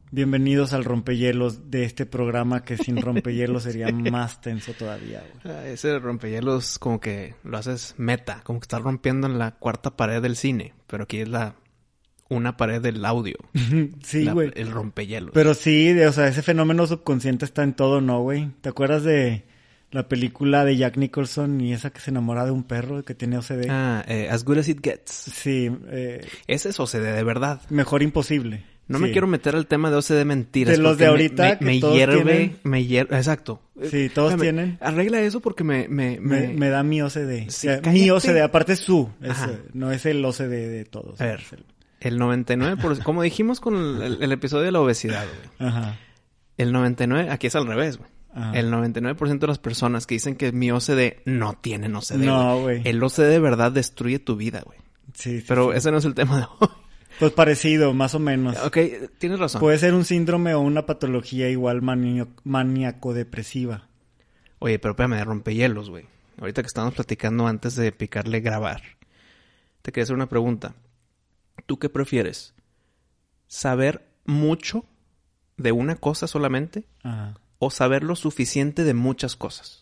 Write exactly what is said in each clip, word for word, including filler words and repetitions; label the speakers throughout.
Speaker 1: Bienvenidos al rompehielos de este programa que sin rompehielos sería más tenso todavía, güey.
Speaker 2: Ah, ese rompehielos como que lo haces meta, como que estás rompiendo en la cuarta pared del cine, pero aquí es la una pared del audio.
Speaker 1: Sí,
Speaker 2: la,
Speaker 1: güey.
Speaker 2: El rompehielos.
Speaker 1: Pero sí, de, o sea, ese fenómeno subconsciente está en todo, ¿no, güey? ¿Te acuerdas de la película de Jack Nicholson y esa que se enamora de un perro que tiene O C D?
Speaker 2: Ah, eh, As Good As It Gets.
Speaker 1: Sí. Eh,
Speaker 2: Ese es O C D de verdad.
Speaker 1: Mejor imposible.
Speaker 2: No
Speaker 1: sí.
Speaker 2: me quiero meter al tema de O C D mentiras.
Speaker 1: De los de ahorita
Speaker 2: me, me,
Speaker 1: que
Speaker 2: me
Speaker 1: todos
Speaker 2: hierve,
Speaker 1: tienen.
Speaker 2: me hierve. Exacto.
Speaker 1: Sí, todos
Speaker 2: Espérame,
Speaker 1: tienen.
Speaker 2: Arregla eso porque me... Me,
Speaker 1: Me,
Speaker 2: me...
Speaker 1: me da mi O C D.
Speaker 2: Sí,
Speaker 1: o sea,
Speaker 2: cállate.
Speaker 1: mi O C D, aparte es su. Es,
Speaker 2: Ajá.
Speaker 1: no es el O C D de todos.
Speaker 2: A ver,
Speaker 1: es el...
Speaker 2: el noventa y nueve por ciento... Como dijimos con el, el, el episodio de la obesidad, güey.
Speaker 1: Ajá.
Speaker 2: El noventa y nueve por ciento... Aquí es al revés, güey.
Speaker 1: Ajá.
Speaker 2: El noventa y nueve por ciento de las personas que dicen que mi O C D no tienen O C D,
Speaker 1: No, güey.
Speaker 2: El O C D de verdad destruye tu vida, güey.
Speaker 1: Sí, sí,
Speaker 2: Pero
Speaker 1: sí.
Speaker 2: ese no es el tema de hoy.
Speaker 1: Pues parecido, más o menos.
Speaker 2: Ok, tienes razón.
Speaker 1: Puede ser un síndrome o una patología igual manio- maníaco-depresiva.
Speaker 2: Oye, pero espérame, rompehielos, güey. Ahorita que estábamos platicando antes de picarle grabar, te quería hacer una pregunta. ¿Tú qué prefieres? ¿Saber mucho de una cosa solamente
Speaker 1: Ajá.
Speaker 2: o saber lo suficiente de muchas cosas?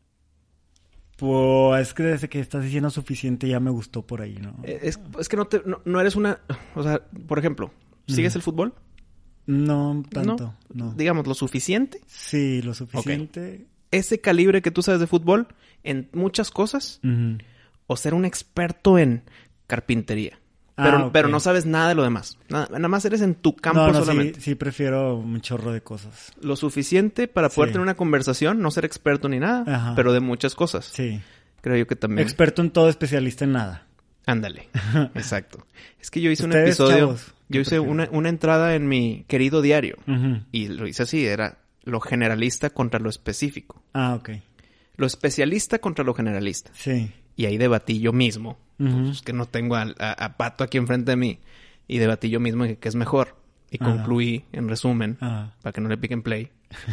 Speaker 1: Pues es que desde que estás diciendo suficiente ya me gustó por ahí, ¿no?
Speaker 2: Es, es que no, te, no, no eres una... O sea, por ejemplo, ¿sigues
Speaker 1: Mm.
Speaker 2: el fútbol?
Speaker 1: No tanto, no.
Speaker 2: Digamos, lo suficiente.
Speaker 1: Sí, lo suficiente.
Speaker 2: Ese calibre que tú sabes de fútbol en muchas cosas
Speaker 1: Ujú.
Speaker 2: o ser un experto en carpintería.
Speaker 1: Ah,
Speaker 2: Pero,
Speaker 1: ok.
Speaker 2: pero no sabes nada de lo demás. Nada, nada más eres en tu campo
Speaker 1: No, no,
Speaker 2: solamente.
Speaker 1: sí, sí prefiero un chorro de cosas.
Speaker 2: Lo suficiente para poder
Speaker 1: Sí.
Speaker 2: tener una conversación, no ser experto ni nada,
Speaker 1: Ajá.
Speaker 2: pero de muchas cosas.
Speaker 1: Sí.
Speaker 2: Creo yo que también.
Speaker 1: Experto en todo, especialista en nada.
Speaker 2: Ándale. Exacto. Es que yo hice un
Speaker 1: Ustedes,
Speaker 2: episodio,
Speaker 1: chavos, ¿qué
Speaker 2: yo hice
Speaker 1: prefieren?
Speaker 2: una, una entrada en mi querido diario.
Speaker 1: Ujú.
Speaker 2: Y lo hice así, era lo generalista contra lo específico.
Speaker 1: Ah, ok.
Speaker 2: Lo especialista contra lo generalista.
Speaker 1: Sí.
Speaker 2: Y ahí debatí yo mismo.
Speaker 1: Ujú.
Speaker 2: Pues que no tengo a, a, a Pato aquí enfrente de mí. Y debatí yo mismo que, que es mejor. Y
Speaker 1: Ah.
Speaker 2: concluí, en resumen,
Speaker 1: Ah.
Speaker 2: para que no le piquen play,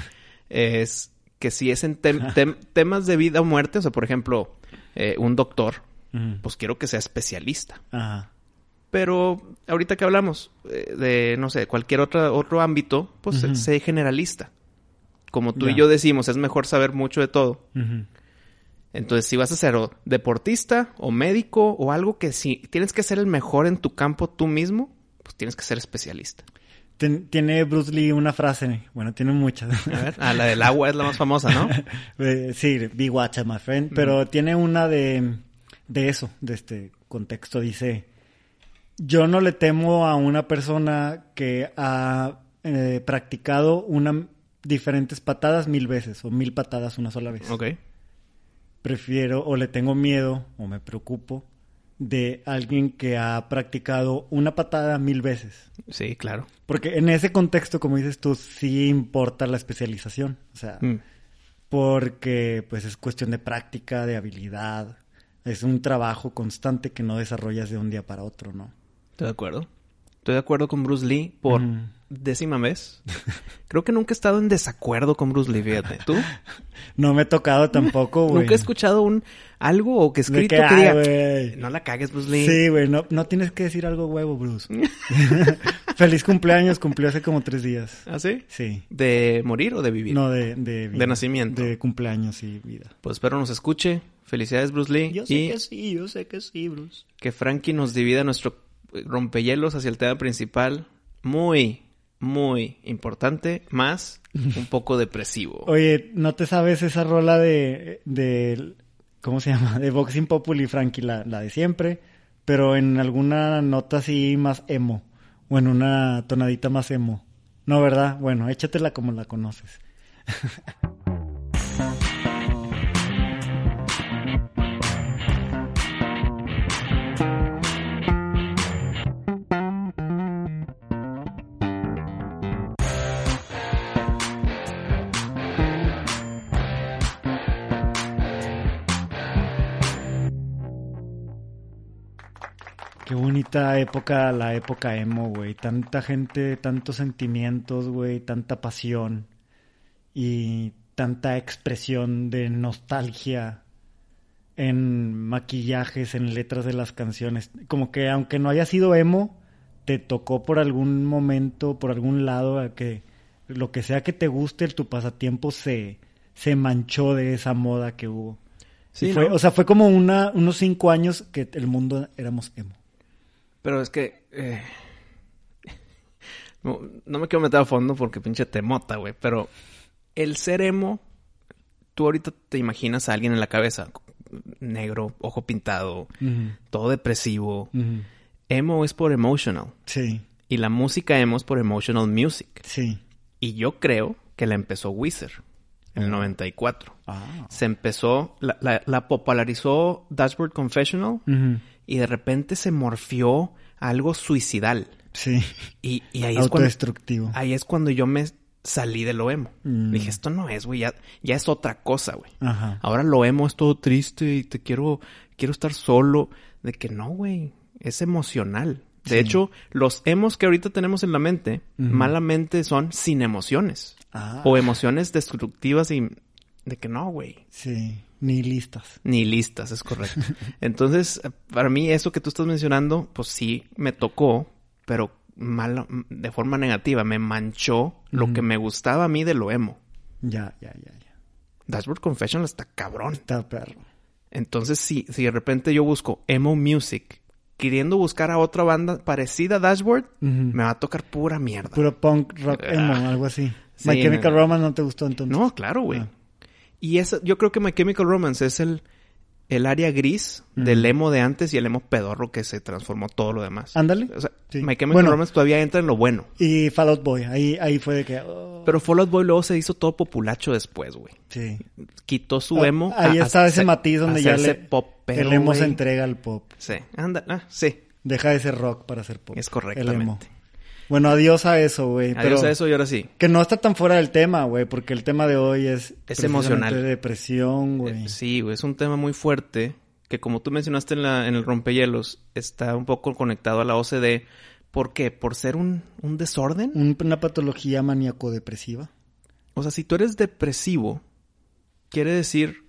Speaker 2: es que si es en tem- tem- temas de vida o muerte, o sea, por ejemplo, eh, un doctor,
Speaker 1: Ujú.
Speaker 2: pues quiero que sea especialista.
Speaker 1: Ajá.
Speaker 2: Pero ahorita que hablamos eh, de, no sé, cualquier otra, otro ámbito, pues
Speaker 1: Ujú.
Speaker 2: sé generalista. Como tú
Speaker 1: Ya.
Speaker 2: y yo decimos, es mejor saber mucho de todo.
Speaker 1: Ujú.
Speaker 2: Entonces, si vas a ser o deportista o médico o algo que si tienes que ser el mejor en tu campo tú mismo, pues tienes que ser especialista.
Speaker 1: Ten- tiene Bruce Lee una frase, bueno, tiene muchas.
Speaker 2: A ver, ah, la del agua es la más famosa, ¿no?
Speaker 1: Eh, sí, be watch, my friend. Pero tiene una de, de eso, de este contexto. Dice, yo no le temo a una persona que ha eh, practicado una diferentes patadas mil veces o mil patadas una sola vez.
Speaker 2: Ok.
Speaker 1: Prefiero o le tengo miedo o me preocupo de alguien que ha practicado una patada mil veces.
Speaker 2: Sí, claro.
Speaker 1: Porque en ese contexto, como dices tú, sí importa la especialización. O sea,
Speaker 2: Mm.
Speaker 1: porque pues es cuestión de práctica, de habilidad. Es un trabajo constante que no desarrollas de un día para otro, ¿no?
Speaker 2: Estoy de acuerdo. Estoy de acuerdo con Bruce Lee por
Speaker 1: Mm.
Speaker 2: décima vez. Creo que nunca he estado en desacuerdo con Bruce Lee, fíjate. ¿Tú?
Speaker 1: No me he tocado tampoco, güey.
Speaker 2: Nunca he escuchado un algo o que
Speaker 1: De
Speaker 2: escrito
Speaker 1: que,
Speaker 2: que,
Speaker 1: "Ay,
Speaker 2: diga,
Speaker 1: güey".
Speaker 2: no la cagues, Bruce Lee.
Speaker 1: Sí, güey, no, no tienes que decir algo huevo, Bruce. Feliz cumpleaños, cumplió hace como tres días.
Speaker 2: ¿Ah, sí?
Speaker 1: Sí.
Speaker 2: ¿De morir o de vivir?
Speaker 1: No, de, de vida.
Speaker 2: De nacimiento.
Speaker 1: De cumpleaños y vida.
Speaker 2: Pues espero nos escuche. Felicidades, Bruce Lee.
Speaker 1: Yo sé
Speaker 2: y
Speaker 1: que sí, yo sé que sí, Bruce.
Speaker 2: que Frankie nos divida nuestro rompehielos hacia el tema principal. Muy, muy importante. Más un poco depresivo.
Speaker 1: Oye, ¿no te sabes esa rola de, de ¿cómo se llama? De Vox Populi, Frankie, la, la de siempre, pero en alguna nota así más emo, o en una tonadita más emo. No, ¿verdad? Bueno, échatela como la conoces. Qué bonita época, la época emo, güey. Tanta gente, tantos sentimientos, güey, tanta pasión y tanta expresión de nostalgia en maquillajes, en letras de las canciones. Como que aunque no haya sido emo, te tocó por algún momento, por algún lado, a que lo que sea que te guste, tu pasatiempo se, se manchó de esa moda que hubo.
Speaker 2: Sí,
Speaker 1: fue,
Speaker 2: ¿no?
Speaker 1: O sea, fue como una, unos cinco años que el mundo éramos emo.
Speaker 2: Pero es que... Eh... No, no me quiero meter a fondo porque pinche temota, güey. Pero el ser emo... Tú ahorita te imaginas a alguien en la cabeza. Negro, ojo pintado, uh-huh. todo depresivo. Uh-huh. Emo es por emotional.
Speaker 1: Sí.
Speaker 2: Y la música emo es por emotional music.
Speaker 1: Sí.
Speaker 2: Y yo creo que la empezó Weezer en el noventa y cuatro.
Speaker 1: Ah.
Speaker 2: Se empezó... La, la, la popularizó Dashboard Confessional. Uh-huh. Y de repente se morfió a algo suicidal.
Speaker 1: Sí.
Speaker 2: Y, y ahí
Speaker 1: autodestructivo.
Speaker 2: Es cuando, ahí es cuando yo me salí de lo emo. Mm. Dije, esto no es, güey. Ya, ya es otra cosa, güey.
Speaker 1: Ajá.
Speaker 2: Ahora lo emo es todo triste y te quiero... Quiero estar solo. De que no, güey. Es emocional. De sí. hecho, los emos que ahorita tenemos en la mente, uh-huh. malamente son sin emociones.
Speaker 1: Ah.
Speaker 2: O emociones destructivas y... De que no, güey.
Speaker 1: Sí. Ni listas.
Speaker 2: Ni listas, es correcto. Entonces, para mí eso que tú estás mencionando, pues sí me tocó, pero mal, de forma negativa. Me manchó uh-huh. lo que me gustaba a mí de lo emo.
Speaker 1: Ya, ya, ya, ya.
Speaker 2: Dashboard Confessional está cabrón.
Speaker 1: Está perro.
Speaker 2: Entonces, si, si de repente yo busco emo music, queriendo buscar a otra banda parecida a Dashboard, uh-huh. me va a tocar pura mierda.
Speaker 1: Puro punk rock emo, ah. algo así.
Speaker 2: Sí,
Speaker 1: My Chemical
Speaker 2: no.
Speaker 1: Romance no te gustó entonces.
Speaker 2: No, claro, güey. Ah. Y esa, yo creo que My Chemical Romance es el, el área gris mm. del emo de antes y el emo pedorro que se transformó todo lo demás.
Speaker 1: Ándale.
Speaker 2: O sea,
Speaker 1: sí.
Speaker 2: My Chemical
Speaker 1: bueno,
Speaker 2: Romance todavía entra en lo bueno.
Speaker 1: Y Fall Out Boy, ahí, ahí fue de que... Oh.
Speaker 2: Pero Fall Out Boy luego se hizo todo populacho después, güey.
Speaker 1: Sí.
Speaker 2: Quitó su emo.
Speaker 1: Ah, ahí a, está a, ese a, matiz donde ya le,
Speaker 2: popero,
Speaker 1: el emo
Speaker 2: güey.
Speaker 1: se entrega al pop.
Speaker 2: Sí, anda, ah, sí.
Speaker 1: Deja de ser rock para ser pop.
Speaker 2: Es correctamente.
Speaker 1: El emo. Bueno, adiós a eso, güey.
Speaker 2: Adiós a eso y ahora sí.
Speaker 1: Que no está tan fuera del tema, güey, porque el tema de hoy es...
Speaker 2: Es emocional.
Speaker 1: De depresión, güey.
Speaker 2: Eh, sí, güey, es un tema muy fuerte que como tú mencionaste en, la, en el rompehielos, está un poco conectado a la O C D. ¿Por qué? ¿Por ser un, un desorden?
Speaker 1: Un, una patología maníaco-depresiva.
Speaker 2: O sea, si tú eres depresivo, quiere decir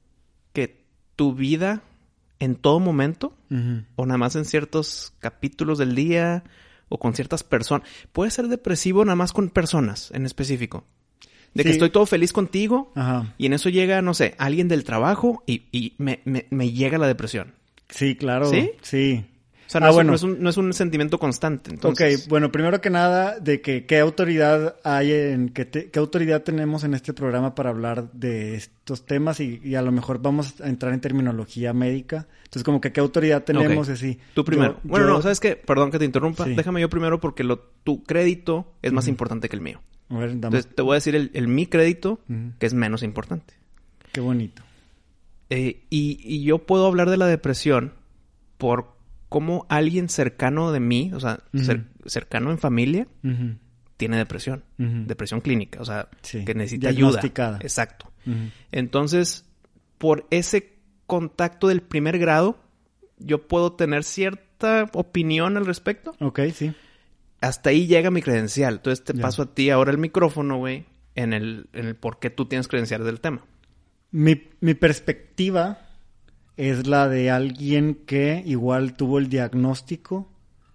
Speaker 2: que tu vida en todo momento, uh-huh. o nada más en ciertos capítulos del día... O con ciertas personas. Puede ser depresivo nada más con personas en específico. De sí. que estoy todo feliz contigo.
Speaker 1: Ajá.
Speaker 2: Y en eso llega, no sé, alguien del trabajo y, y me, me, me llega la depresión.
Speaker 1: Sí, claro.
Speaker 2: ¿Sí?
Speaker 1: Sí.
Speaker 2: O sea, no,
Speaker 1: ah,
Speaker 2: es,
Speaker 1: bueno.
Speaker 2: un, no, es un, no es un sentimiento constante. Entonces...
Speaker 1: Ok, bueno, primero que nada, de que qué autoridad hay en... Qué, te, qué autoridad tenemos en este programa para hablar de estos temas y, y a lo mejor vamos a entrar en terminología médica. Entonces, como que qué autoridad tenemos,
Speaker 2: okay.
Speaker 1: así.
Speaker 2: Tú primero.
Speaker 1: Yo,
Speaker 2: bueno,
Speaker 1: yo...
Speaker 2: no, ¿sabes qué? Perdón que te interrumpa. Sí. Déjame yo primero porque lo, tu crédito es uh-huh. más importante que el mío.
Speaker 1: A ver, dame.
Speaker 2: Entonces, te voy a decir el, el mi crédito, uh-huh. que es menos importante.
Speaker 1: Qué bonito.
Speaker 2: Eh, y, y yo puedo hablar de la depresión por cómo alguien cercano de mí, o sea, uh-huh. cer- cercano en familia, uh-huh. tiene depresión. Uh-huh. Depresión clínica, o sea, sí. que necesita ayuda. Exacto. Uh-huh. Entonces, por ese contacto del primer grado, yo puedo tener cierta opinión al respecto.
Speaker 1: Ok, sí.
Speaker 2: Hasta ahí llega mi credencial. Entonces te
Speaker 1: yeah.
Speaker 2: paso a ti ahora el micrófono, güey, en el, en el por qué tú tienes credenciales del tema.
Speaker 1: Mi, mi perspectiva es la de alguien que igual tuvo el diagnóstico,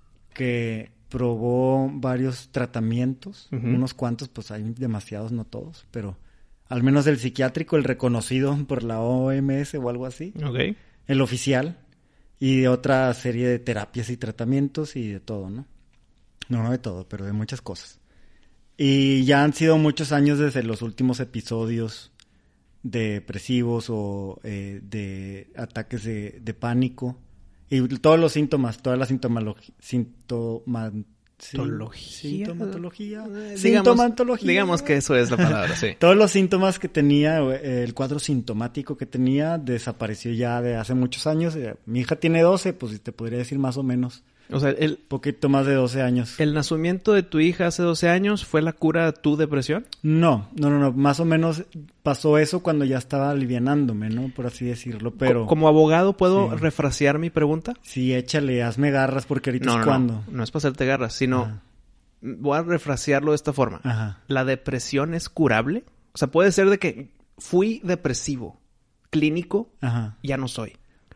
Speaker 1: que probó varios tratamientos, uh-huh. unos cuantos, pues hay demasiados, no todos, pero al menos el psiquiátrico, el reconocido por la O M S o algo así,
Speaker 2: okay.
Speaker 1: el oficial, y de otra serie de terapias y tratamientos y de todo, ¿no? No, no de todo, pero de muchas cosas. Y ya han sido muchos años desde los últimos episodios depresivos o eh, de ataques de, de pánico y todos los síntomas, toda la sintomología, sintoma,
Speaker 2: sintomatología,
Speaker 1: sintomatología,
Speaker 2: digamos,
Speaker 1: sintomatología.
Speaker 2: Digamos que eso es la palabra, sí.
Speaker 1: Todos los síntomas que tenía, eh, el cuadro sintomático que tenía, desapareció ya de hace muchos años. Eh, mi hija tiene doce, pues te podría decir más o menos.
Speaker 2: O sea, el...
Speaker 1: poquito más de doce años.
Speaker 2: ¿El nacimiento de tu hija hace doce años fue la cura de tu depresión?
Speaker 1: No, no, no, no. Más o menos pasó eso cuando ya estaba alivianándome, ¿no? Por así decirlo, pero...
Speaker 2: ¿Como abogado puedo
Speaker 1: sí.
Speaker 2: refrasear mi pregunta?
Speaker 1: Sí, échale, hazme garras porque ahorita
Speaker 2: no,
Speaker 1: es
Speaker 2: no,
Speaker 1: cuando.
Speaker 2: No, no es para hacerte garras, sino... Ajá. Voy a refrasearlo de esta forma.
Speaker 1: Ajá.
Speaker 2: ¿La depresión es curable? O sea, puede ser de que fui depresivo, clínico,
Speaker 1: Ajá.
Speaker 2: ya no soy.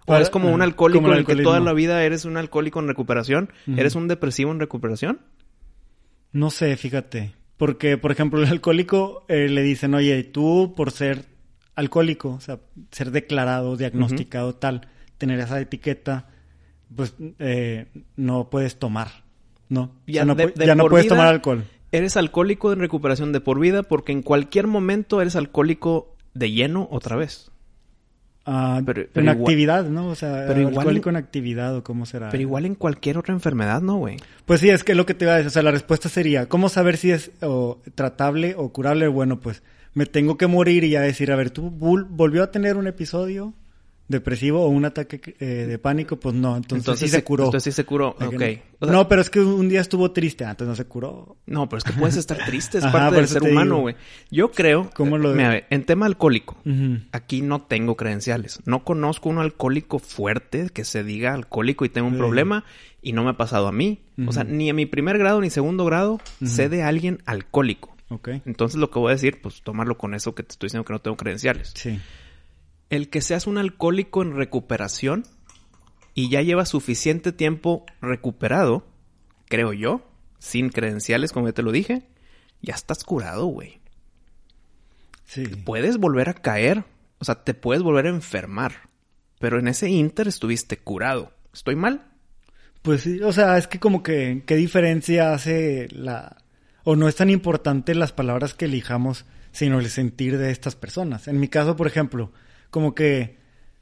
Speaker 2: ¿O es como un alcohólico
Speaker 1: como
Speaker 2: en el que
Speaker 1: alcoholismo.
Speaker 2: toda la vida eres un alcohólico en recuperación?
Speaker 1: Ujú.
Speaker 2: ¿Eres un depresivo en recuperación?
Speaker 1: No sé, fíjate. Porque, por ejemplo, el alcohólico eh, le dicen, oye, tú por ser alcohólico, o sea, ser declarado, diagnosticado tal, tener esa etiqueta, pues eh, no puedes tomar, ¿no?
Speaker 2: Ya
Speaker 1: o sea, no,
Speaker 2: de-
Speaker 1: pu-
Speaker 2: de
Speaker 1: ya no
Speaker 2: por
Speaker 1: puedes
Speaker 2: vida,
Speaker 1: tomar alcohol.
Speaker 2: Eres alcohólico en recuperación de por vida porque en cualquier momento eres alcohólico de lleno otra vez.
Speaker 1: Ah,
Speaker 2: Pero-
Speaker 1: en
Speaker 2: pero igual-
Speaker 1: actividad, ¿no? O sea,
Speaker 2: pero igual
Speaker 1: alcohólico
Speaker 2: en-
Speaker 1: en actividad o cómo será.
Speaker 2: Pero igual en cualquier otra enfermedad, ¿no, güey?
Speaker 1: Pues sí, es que lo que te iba a decir, o sea, la respuesta sería, ¿cómo saber si es o, tratable o curable? Bueno, pues me tengo que morir y ya decir, a ver, ¿tú vol- volvió a tener un episodio depresivo o un ataque eh, de pánico? Pues no, entonces, sí se curó.
Speaker 2: Entonces sí se curó,
Speaker 1: De que
Speaker 2: ok.
Speaker 1: no.
Speaker 2: O sea,
Speaker 1: No, pero es que un día estuvo triste, ah, entonces no se curó.
Speaker 2: no, pero es que puedes estar triste, es
Speaker 1: Ajá,
Speaker 2: parte
Speaker 1: por
Speaker 2: del
Speaker 1: eso
Speaker 2: ser
Speaker 1: te
Speaker 2: humano,
Speaker 1: digo.
Speaker 2: güey. Yo creo...
Speaker 1: ¿Cómo lo-
Speaker 2: Mira, a ver, en tema alcohólico,
Speaker 1: Ujú.
Speaker 2: aquí no tengo credenciales. No conozco un alcohólico fuerte que se diga alcohólico y tenga un
Speaker 1: Sí.
Speaker 2: problema y no me ha pasado a mí. O sea,
Speaker 1: Ujú.
Speaker 2: ni en mi primer grado ni segundo grado sé de alguien alcohólico.
Speaker 1: Ok,
Speaker 2: Entonces lo que voy a decir, pues tomarlo con eso que te estoy diciendo que no tengo credenciales.
Speaker 1: sí.
Speaker 2: El que seas un alcohólico en recuperación y ya llevas suficiente tiempo recuperado, creo yo, sin credenciales, como ya te lo dije, ya estás curado, güey.
Speaker 1: Sí.
Speaker 2: Puedes volver a caer, o sea, te puedes volver a enfermar, pero en ese inter estuviste curado. ¿Estoy mal?
Speaker 1: Pues sí, o sea, es que como que, ¿qué diferencia hace la... o no es tan importante las palabras que elijamos, sino el sentir de estas personas? En mi caso, por ejemplo, como que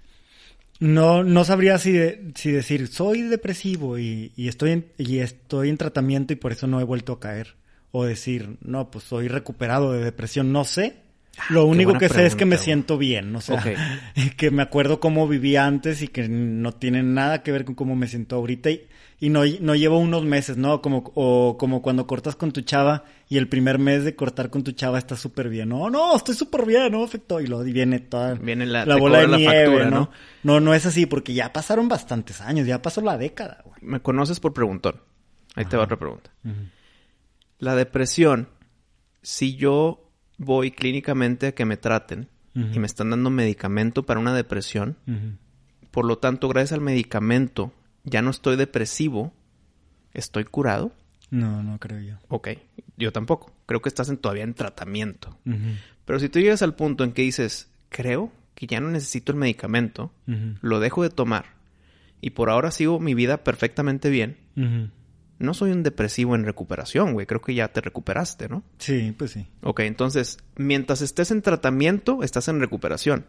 Speaker 1: no, no sabría si, de- si decir, soy depresivo y, y, estoy en, y estoy en tratamiento y por eso no he vuelto a caer. O decir, no, pues soy recuperado de depresión, no sé. Lo
Speaker 2: qué
Speaker 1: único
Speaker 2: buena
Speaker 1: que sé es que me
Speaker 2: pregunta, güey.
Speaker 1: siento bien, o sea,
Speaker 2: Ok.
Speaker 1: que me acuerdo cómo vivía antes y que no tiene nada que ver con cómo me siento ahorita y, y no, no llevo unos meses, ¿no? Como, o como cuando cortas con tu chava y el primer mes de cortar con tu chava está súper bien, no, no, estoy súper bien, no, afectó, y luego viene toda
Speaker 2: Viene la-
Speaker 1: la
Speaker 2: te
Speaker 1: bola de
Speaker 2: cobra la
Speaker 1: nieve,
Speaker 2: factura,
Speaker 1: ¿no?
Speaker 2: ¿no?
Speaker 1: ¿no? No, es así, porque ya pasaron bastantes años, ya pasó la década, güey.
Speaker 2: Me conoces por preguntón. Ahí te va otra pregunta.
Speaker 1: Ujú.
Speaker 2: La depresión, si yo voy clínicamente a que me traten
Speaker 1: Ujú.
Speaker 2: y me están dando medicamento para una depresión,
Speaker 1: Ujú.
Speaker 2: por lo tanto, gracias al medicamento, ya no estoy depresivo, ¿estoy curado?
Speaker 1: No, no creo yo.
Speaker 2: Ok, yo tampoco. Creo que estás en- todavía en tratamiento.
Speaker 1: Ujú.
Speaker 2: Pero si tú llegas al punto en que dices, creo que ya no necesito el medicamento,
Speaker 1: Ujú.
Speaker 2: lo dejo de tomar y por ahora sigo mi vida perfectamente bien,
Speaker 1: Ujú.
Speaker 2: no soy un depresivo en recuperación, güey. Creo que ya te recuperaste, ¿no?
Speaker 1: Sí, pues sí.
Speaker 2: Ok, entonces, mientras estés en tratamiento, estás en recuperación.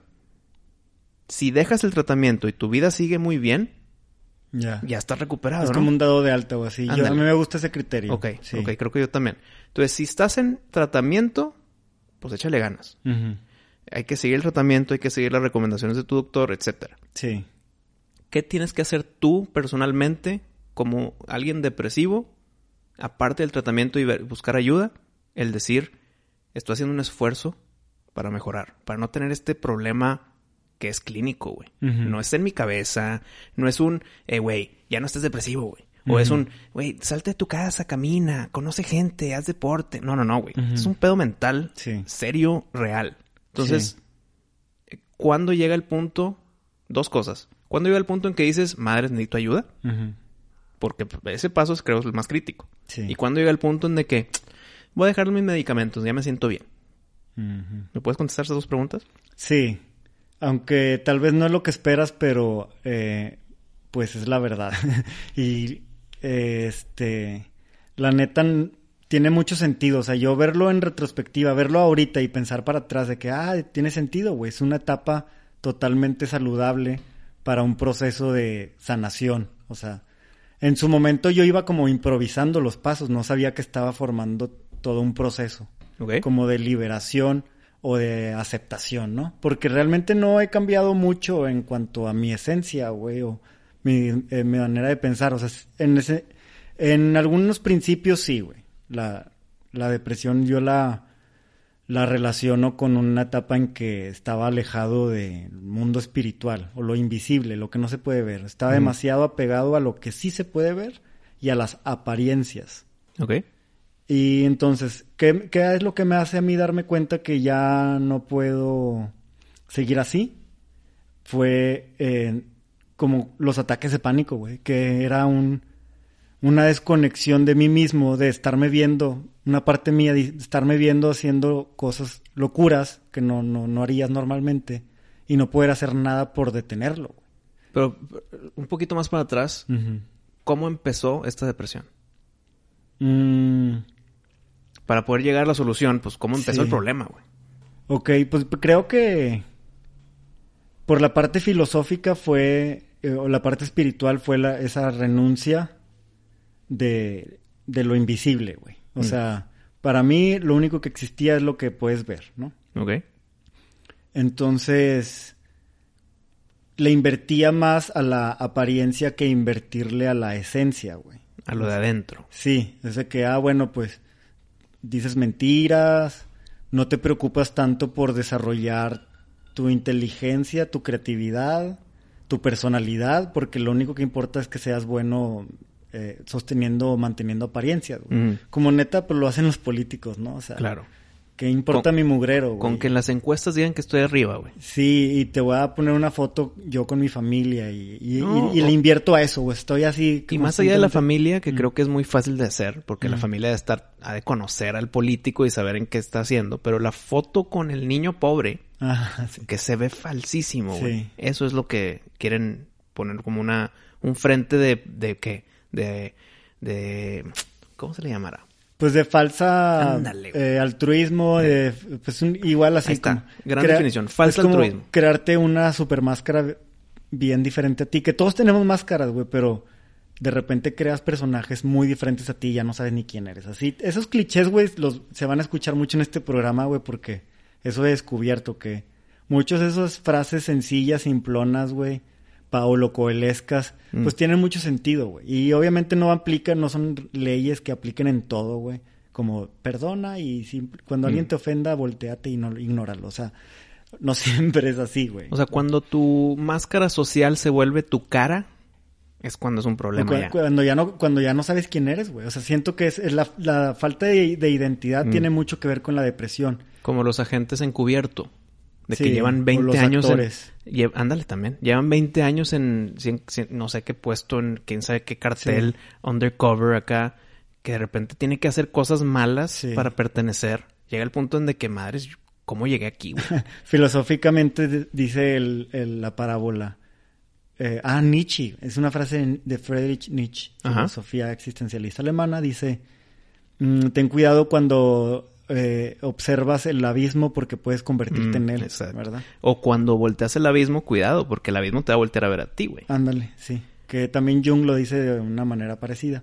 Speaker 2: Si dejas el tratamiento y tu vida sigue muy bien,
Speaker 1: Ya.
Speaker 2: ya estás recuperado,
Speaker 1: Es
Speaker 2: ¿no?
Speaker 1: como un dado de alta o así. Yo, a
Speaker 2: Ándale.
Speaker 1: mí me gusta ese criterio.
Speaker 2: Ok,
Speaker 1: Sí.
Speaker 2: ok, creo que yo también. Entonces, si estás en tratamiento, pues échale ganas.
Speaker 1: Ujú.
Speaker 2: Hay que seguir el tratamiento, hay que seguir las recomendaciones de tu doctor, etcétera.
Speaker 1: Sí.
Speaker 2: ¿Qué tienes que hacer tú personalmente como alguien depresivo, aparte del tratamiento y ver- buscar ayuda? El decir, estoy haciendo un esfuerzo para mejorar, para no tener este problema que es clínico, güey.
Speaker 1: Ujú.
Speaker 2: No es en mi cabeza, no es un, eh, güey, ya no estés depresivo, güey. O
Speaker 1: Ujú.
Speaker 2: es un, güey, salte de tu casa, camina, conoce gente, haz deporte. No, no, no, güey.
Speaker 1: Ujú.
Speaker 2: Es un pedo mental,
Speaker 1: Sí.
Speaker 2: serio, real. Entonces,
Speaker 1: Sí.
Speaker 2: ¿cuándo llega el punto? Dos cosas. ¿Cuándo llega el punto en que dices, madre, necesito ayuda?
Speaker 1: Ujú.
Speaker 2: Porque ese paso es, creo, el más crítico.
Speaker 1: Sí.
Speaker 2: ¿Y cuándo llega el punto en de que voy a dejar mis medicamentos, ya me siento bien?
Speaker 1: Ujú.
Speaker 2: ¿Me puedes contestar esas dos preguntas?
Speaker 1: Sí. Aunque tal vez no es lo que esperas, pero eh, pues es la verdad. y eh, este, la neta n- tiene mucho sentido. O sea, yo verlo en retrospectiva, verlo ahorita y pensar para atrás de que, ah, tiene sentido, güey. Es una etapa totalmente saludable para un proceso de sanación. O sea, en su momento yo iba como improvisando los pasos, no sabía que estaba formando todo un proceso
Speaker 2: ¿Ok?
Speaker 1: como de liberación o de aceptación, ¿no? Porque realmente no he cambiado mucho en cuanto a mi esencia, güey, o mi, eh, mi manera de pensar. O sea, en ese, en algunos principios sí, güey. La, la depresión yo la, la relaciono con una etapa en que estaba alejado del mundo espiritual o lo invisible, lo que no se puede ver. Estaba
Speaker 2: Ujú.
Speaker 1: demasiado apegado a lo que sí se puede ver y a las apariencias.
Speaker 2: ¿Ok?
Speaker 1: Y entonces, ¿qué, ¿qué es lo que me hace a mí darme cuenta que ya no puedo seguir así? Fue eh, como los ataques de pánico, güey, que era un una desconexión de mí mismo, de estarme viendo, una parte mía de estarme viendo haciendo cosas locuras que no, no, no harías normalmente y no poder hacer nada por detenerlo.
Speaker 2: Pero un poquito más para atrás, uh-huh. ¿Cómo empezó esta depresión?
Speaker 1: Mm.
Speaker 2: Para poder llegar a la solución, pues, ¿cómo empezó sí. el problema, güey?
Speaker 1: Ok, pues creo que por la parte filosófica fue, eh, o la parte espiritual fue la, esa renuncia de, de lo invisible, güey. O mm. sea, para mí lo único que existía es lo que puedes ver, ¿no?
Speaker 2: Ok.
Speaker 1: Entonces, le invertía más a la apariencia que invertirle a la esencia, güey.
Speaker 2: A lo de adentro.
Speaker 1: Sí, es de que, ah, bueno, pues, dices mentiras, no te preocupas tanto por desarrollar tu inteligencia, tu creatividad, tu personalidad, porque lo único que importa es que seas bueno eh, sosteniendo o manteniendo apariencias, güey. Mm. Como neta, pues lo hacen los políticos, ¿no? O sea,
Speaker 2: claro.
Speaker 1: ¿Qué importa
Speaker 2: con,
Speaker 1: mi mugrero, güey?
Speaker 2: Con que en las encuestas digan que estoy arriba, güey.
Speaker 1: Sí, y te voy a poner una foto yo con mi familia y, y, no, y, y le invierto a eso, güey. Estoy así...
Speaker 2: Y más allá de la familia, que mm. creo que es muy fácil de hacer, porque mm. la familia debe estar, ha de conocer al político y saber en qué está haciendo, pero la foto con el niño pobre,
Speaker 1: ah, sí.
Speaker 2: que se ve falsísimo, güey.
Speaker 1: Sí.
Speaker 2: Eso es lo que quieren poner como una un frente de... ¿De qué? De... de ¿cómo se le llamará?
Speaker 1: Pues de falsa Ándale, eh, altruismo, de, pues un, igual así.
Speaker 2: Ahí está,
Speaker 1: como
Speaker 2: gran crea- definición, falsa
Speaker 1: es como
Speaker 2: altruismo.
Speaker 1: Crearte una super máscara bien diferente a ti, que todos tenemos máscaras, güey, pero de repente creas personajes muy diferentes a ti y ya no sabes ni quién eres. Así, esos clichés, güey, los se van a escuchar mucho en este programa, güey, porque eso he descubierto que muchas de esas frases sencillas, simplonas, güey, Paulo Coelescas, mm. pues tienen mucho sentido, güey. Y obviamente no aplican, no son leyes que apliquen en todo, güey. Como perdona y si, cuando mm. alguien te ofenda, volteate y no ignóralo. O sea, no siempre es así, güey.
Speaker 2: O sea, cuando tu máscara social se vuelve tu cara, es cuando es un problema
Speaker 1: cu-
Speaker 2: ya.
Speaker 1: Cuando ya no, cuando ya no sabes quién eres, güey. O sea, siento que es, es la, la falta de, de identidad mm. tiene mucho que ver con la depresión.
Speaker 2: Como los agentes encubierto. De
Speaker 1: sí,
Speaker 2: que llevan veinte años
Speaker 1: actores.
Speaker 2: en... Lle, ándale también. Llevan veinte años en, en, en... No sé qué puesto, en quién sabe qué cartel, sí. undercover acá. Que de repente tiene que hacer cosas malas sí. para pertenecer. Llega el punto en de que, madres, ¿cómo llegué aquí, güey?
Speaker 1: Filosóficamente dice el, el, la parábola. Eh, ah, Nietzsche. Es una frase de Friedrich Nietzsche. Ajá. Filosofía existencialista alemana. Dice... Mm, ten cuidado cuando... Eh, observas el abismo porque puedes convertirte mm, en él, exacto. ¿verdad?
Speaker 2: O cuando volteas el abismo, cuidado, porque el abismo te va a voltear a ver a ti, güey.
Speaker 1: Ándale, sí. Que también Jung lo dice de una manera parecida.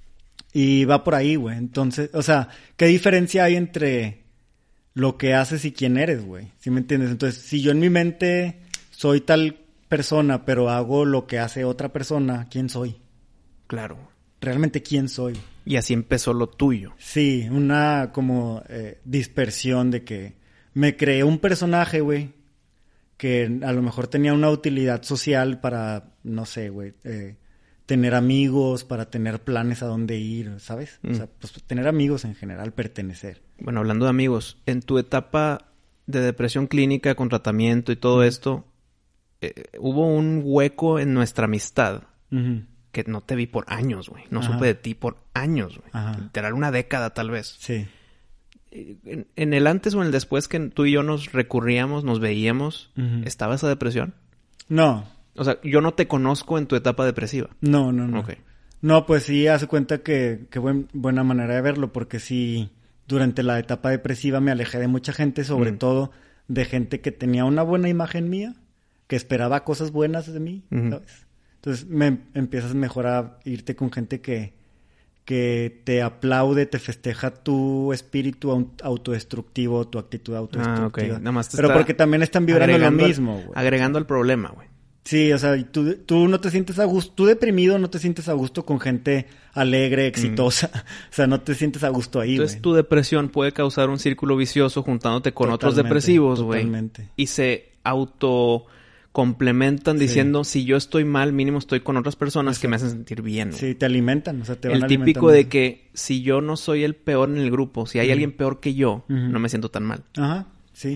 Speaker 1: Y va por ahí, güey. Entonces, o sea, ¿qué diferencia hay entre lo que haces y quién eres, güey? ¿Sí me entiendes? Entonces, si yo en mi mente soy tal persona, pero hago lo que hace otra persona, ¿quién soy?
Speaker 2: Claro.
Speaker 1: Realmente quién soy.
Speaker 2: Y así empezó lo tuyo.
Speaker 1: Sí, una como eh, dispersión de que me creé un personaje, güey, que a lo mejor tenía una utilidad social para, no sé, güey, eh, tener amigos, para tener planes a dónde ir, ¿sabes? Mm. O sea, pues tener amigos en general, pertenecer.
Speaker 2: Bueno, hablando de amigos, en tu etapa de depresión clínica con tratamiento y todo mm. esto, eh, hubo un hueco en nuestra amistad.
Speaker 1: Uh-huh.
Speaker 2: Que no te vi por años, güey. No Ajá. supe de ti por años, güey.
Speaker 1: Ajá.
Speaker 2: Literal, una década tal vez.
Speaker 1: Sí.
Speaker 2: En, en el antes o en el después que tú y yo nos recurríamos, nos veíamos, uh-huh. ¿estaba esa depresión?
Speaker 1: No.
Speaker 2: O sea, yo no te conozco en tu etapa depresiva.
Speaker 1: No, no, no.
Speaker 2: Okay.
Speaker 1: No, pues sí, hace cuenta que, que buen, buena manera de verlo, porque sí, durante la etapa depresiva me alejé de mucha gente, sobre mm. todo de gente que tenía una buena imagen mía, que esperaba cosas buenas de mí, uh-huh. ¿sabes? Entonces me empiezas mejor a irte con gente que, que te aplaude, te festeja tu espíritu autodestructivo, tu actitud autodestructiva. Ah, okay. Nada más te Pero está porque también están vibrando lo mismo, güey.
Speaker 2: Agregando al problema, güey.
Speaker 1: Sí, o sea, tú, tú no te sientes a gusto, tú deprimido no te sientes a gusto con gente alegre, exitosa. Mm. O sea, no te sientes a gusto ahí, güey.
Speaker 2: Entonces tu depresión puede causar un círculo vicioso juntándote con totalmente, otros depresivos, güey.
Speaker 1: Totalmente.
Speaker 2: Y se auto... complementan sí. diciendo, si yo estoy mal, mínimo estoy con otras personas Exacto. que me hacen sentir bien. Güey.
Speaker 1: Sí, te alimentan, o sea, te van
Speaker 2: El típico de que si yo no soy el peor en el grupo, si hay uh-huh. alguien peor que yo, uh-huh. no me siento tan mal.
Speaker 1: Ajá, sí.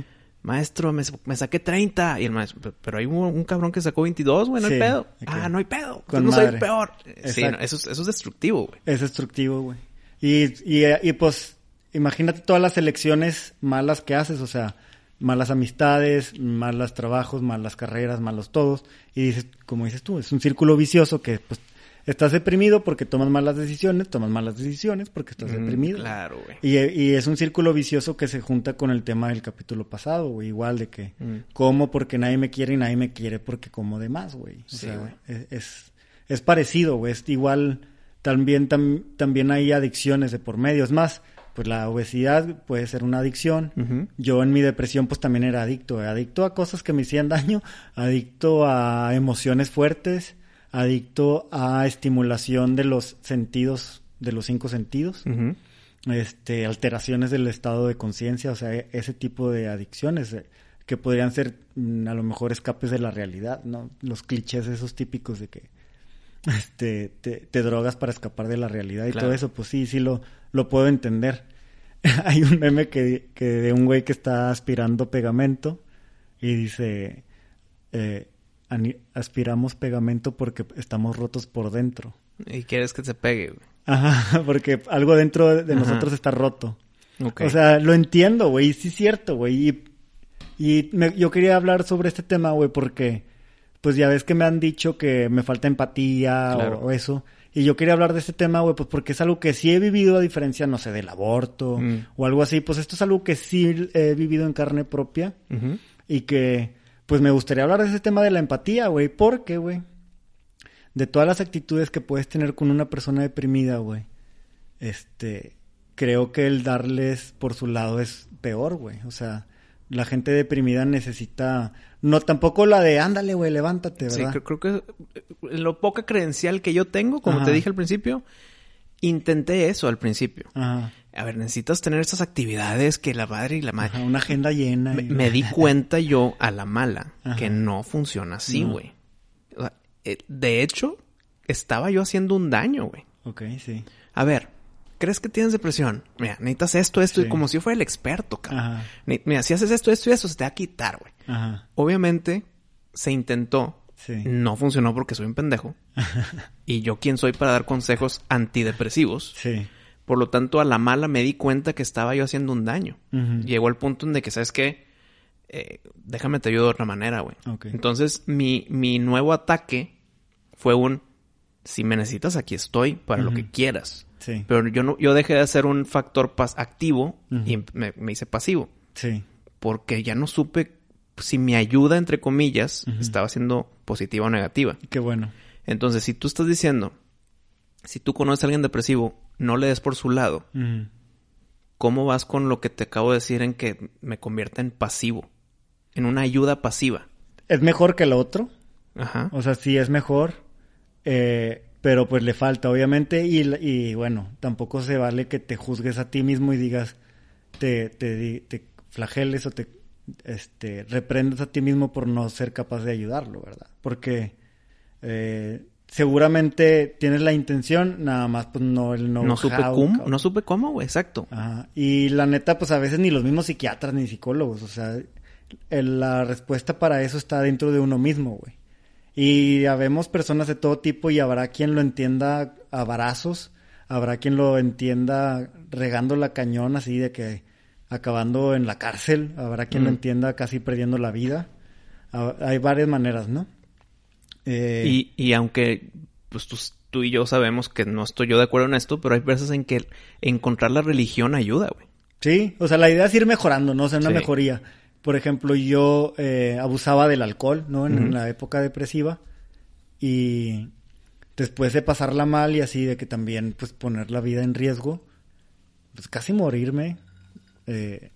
Speaker 2: maestro, me, me saqué treinta. Y el maestro, pero hay un, un cabrón que sacó veintidós, güey, no
Speaker 1: Sí,
Speaker 2: hay pedo.
Speaker 1: ok.
Speaker 2: Ah, no hay pedo.
Speaker 1: Con
Speaker 2: No soy el
Speaker 1: madre.
Speaker 2: peor. Sí,
Speaker 1: Exacto.
Speaker 2: no, eso, es- eso es destructivo, güey.
Speaker 1: Es destructivo, güey. Y, y, y pues, imagínate todas las elecciones malas que haces, o sea, malas amistades, malos trabajos, malas carreras, malos todos. Y dices, como dices tú, es un círculo vicioso que, pues, estás deprimido porque tomas malas decisiones, tomas malas decisiones porque estás
Speaker 2: Mm,
Speaker 1: deprimido.
Speaker 2: claro, güey.
Speaker 1: Y, y es un círculo vicioso que se junta con el tema del capítulo pasado, güey. Igual de que
Speaker 2: Mm.
Speaker 1: como porque nadie me quiere y nadie me quiere porque como de más, güey. O
Speaker 2: Sí,
Speaker 1: sea,
Speaker 2: güey.
Speaker 1: es, es, es parecido, güey. Es igual, también, tam- también hay adicciones de por medio. Es más, pues la obesidad puede ser una adicción.
Speaker 2: Ujú.
Speaker 1: Yo en mi depresión pues también era adicto. eh. Adicto a cosas que me hacían daño. Adicto a emociones fuertes. Adicto a estimulación de los sentidos, de los cinco sentidos.
Speaker 2: Ujú.
Speaker 1: Este, alteraciones del estado de conciencia, o sea, e- ese tipo de adicciones eh, que podrían ser mm, a lo mejor escapes de la realidad, ¿no? Los clichés esos típicos de que este te, te drogas para escapar de la realidad y
Speaker 2: Claro.
Speaker 1: todo eso, pues sí, sí lo, lo puedo entender. Hay un meme que, que de un güey que está aspirando pegamento y dice eh, "Ani- aspiramos pegamento porque estamos rotos por dentro.
Speaker 2: Y quieres que se pegue, güey.
Speaker 1: Ajá, porque algo dentro de, de
Speaker 2: Ajá.
Speaker 1: nosotros está roto.
Speaker 2: Ok.
Speaker 1: O sea, lo entiendo, güey, sí es cierto, güey. Y, y me- yo quería hablar sobre este tema, güey, porque pues ya ves que me han dicho que me falta empatía o-
Speaker 2: Claro.
Speaker 1: o, eso. Y yo quería hablar de este tema, güey, pues porque es algo que sí he vivido a diferencia, no sé, del aborto
Speaker 2: Mm.
Speaker 1: o algo así. Pues esto es algo que sí he vivido en carne propia
Speaker 2: Ujú.
Speaker 1: y que pues me gustaría hablar de ese tema de la empatía, güey, porque, güey, de todas las actitudes que puedes tener con una persona deprimida, güey, este, creo que el darles por su lado es peor, güey. O sea, la gente deprimida necesita, no tampoco la de, ándale, güey, levántate,
Speaker 2: Sí,
Speaker 1: ¿verdad?
Speaker 2: creo, creo que eh, lo poca credencial que yo tengo, como
Speaker 1: Ajá.
Speaker 2: te dije al principio, intenté eso al principio.
Speaker 1: Ajá,
Speaker 2: A ver, necesitas tener estas actividades que la madre y la madre...
Speaker 1: ajá, una agenda llena.
Speaker 2: Me,
Speaker 1: y-
Speaker 2: me di cuenta yo a la mala
Speaker 1: Ajá.
Speaker 2: que no funciona así,
Speaker 1: No.
Speaker 2: güey. O sea, eh, de hecho, estaba yo haciendo un daño, güey.
Speaker 1: Ok, sí.
Speaker 2: A ver, ¿crees que tienes depresión? Mira, necesitas esto, esto,
Speaker 1: Sí.
Speaker 2: y como si yo fuera el experto, cabrón.
Speaker 1: Ajá,
Speaker 2: Ni- Mira, si haces esto, esto y eso, se te va a quitar, güey.
Speaker 1: ajá,
Speaker 2: Obviamente, se intentó.
Speaker 1: sí.
Speaker 2: No funcionó porque soy un pendejo. Y yo, ¿quién soy para dar consejos antidepresivos?
Speaker 1: Sí.
Speaker 2: Por lo tanto, a la mala me di cuenta que estaba yo haciendo un daño.
Speaker 1: Ujú.
Speaker 2: Llegó el punto en de que, ¿sabes qué? Eh, déjame te ayudo de otra manera, güey.
Speaker 1: Ok.
Speaker 2: Entonces, mi, mi nuevo ataque fue un... Si me necesitas, aquí estoy para lo
Speaker 1: Ujú.
Speaker 2: que quieras.
Speaker 1: Sí.
Speaker 2: Pero yo no, yo dejé de ser un factor pas activo
Speaker 1: Ujú.
Speaker 2: y me, me hice pasivo.
Speaker 1: Sí.
Speaker 2: Porque ya no supe si mi ayuda, entre comillas,
Speaker 1: Ujú.
Speaker 2: estaba siendo positiva o negativa.
Speaker 1: Qué bueno.
Speaker 2: Entonces, si tú estás diciendo, si tú conoces a alguien depresivo, no le des por su lado,
Speaker 1: Ujú.
Speaker 2: ¿cómo vas con lo que te acabo de decir en que me convierta en pasivo? En una ayuda pasiva.
Speaker 1: ¿Es mejor que lo otro?
Speaker 2: Ajá.
Speaker 1: O sea, sí es mejor, eh, pero pues le falta, obviamente, y, y bueno, tampoco se vale que te juzgues a ti mismo y digas, te, te, di- te flageles o te este, reprendas a ti mismo por no ser capaz de ayudarlo, ¿verdad? Porque eh, seguramente tienes la intención, nada más pues no el know
Speaker 2: No supe
Speaker 1: how,
Speaker 2: cómo,
Speaker 1: cabrón.
Speaker 2: no supe cómo, güey, exacto.
Speaker 1: Ajá. Y la neta, pues a veces ni los mismos psiquiatras ni psicólogos, o sea, el- la respuesta para eso está dentro de uno mismo, güey. Y habemos personas de todo tipo y habrá quien lo entienda a varazos, habrá quien lo entienda regando la cañón así de que acabando en la cárcel, habrá quien
Speaker 2: Mm.
Speaker 1: lo entienda casi perdiendo la vida. Ha- Hay varias maneras, ¿no? Eh,
Speaker 2: Y, y aunque pues tú, tú y yo sabemos que no estoy yo de acuerdo en esto, pero hay veces en que encontrar la religión ayuda, güey.
Speaker 1: Sí, o sea, la idea es ir mejorando, ¿no? O sea, una
Speaker 2: Sí.
Speaker 1: mejoría. Por ejemplo, yo eh, abusaba del alcohol, ¿no? En,
Speaker 2: Ujú.
Speaker 1: la época depresiva. Y después de pasarla mal y así, de que también, pues, poner la vida en riesgo, pues, casi morirme. eh,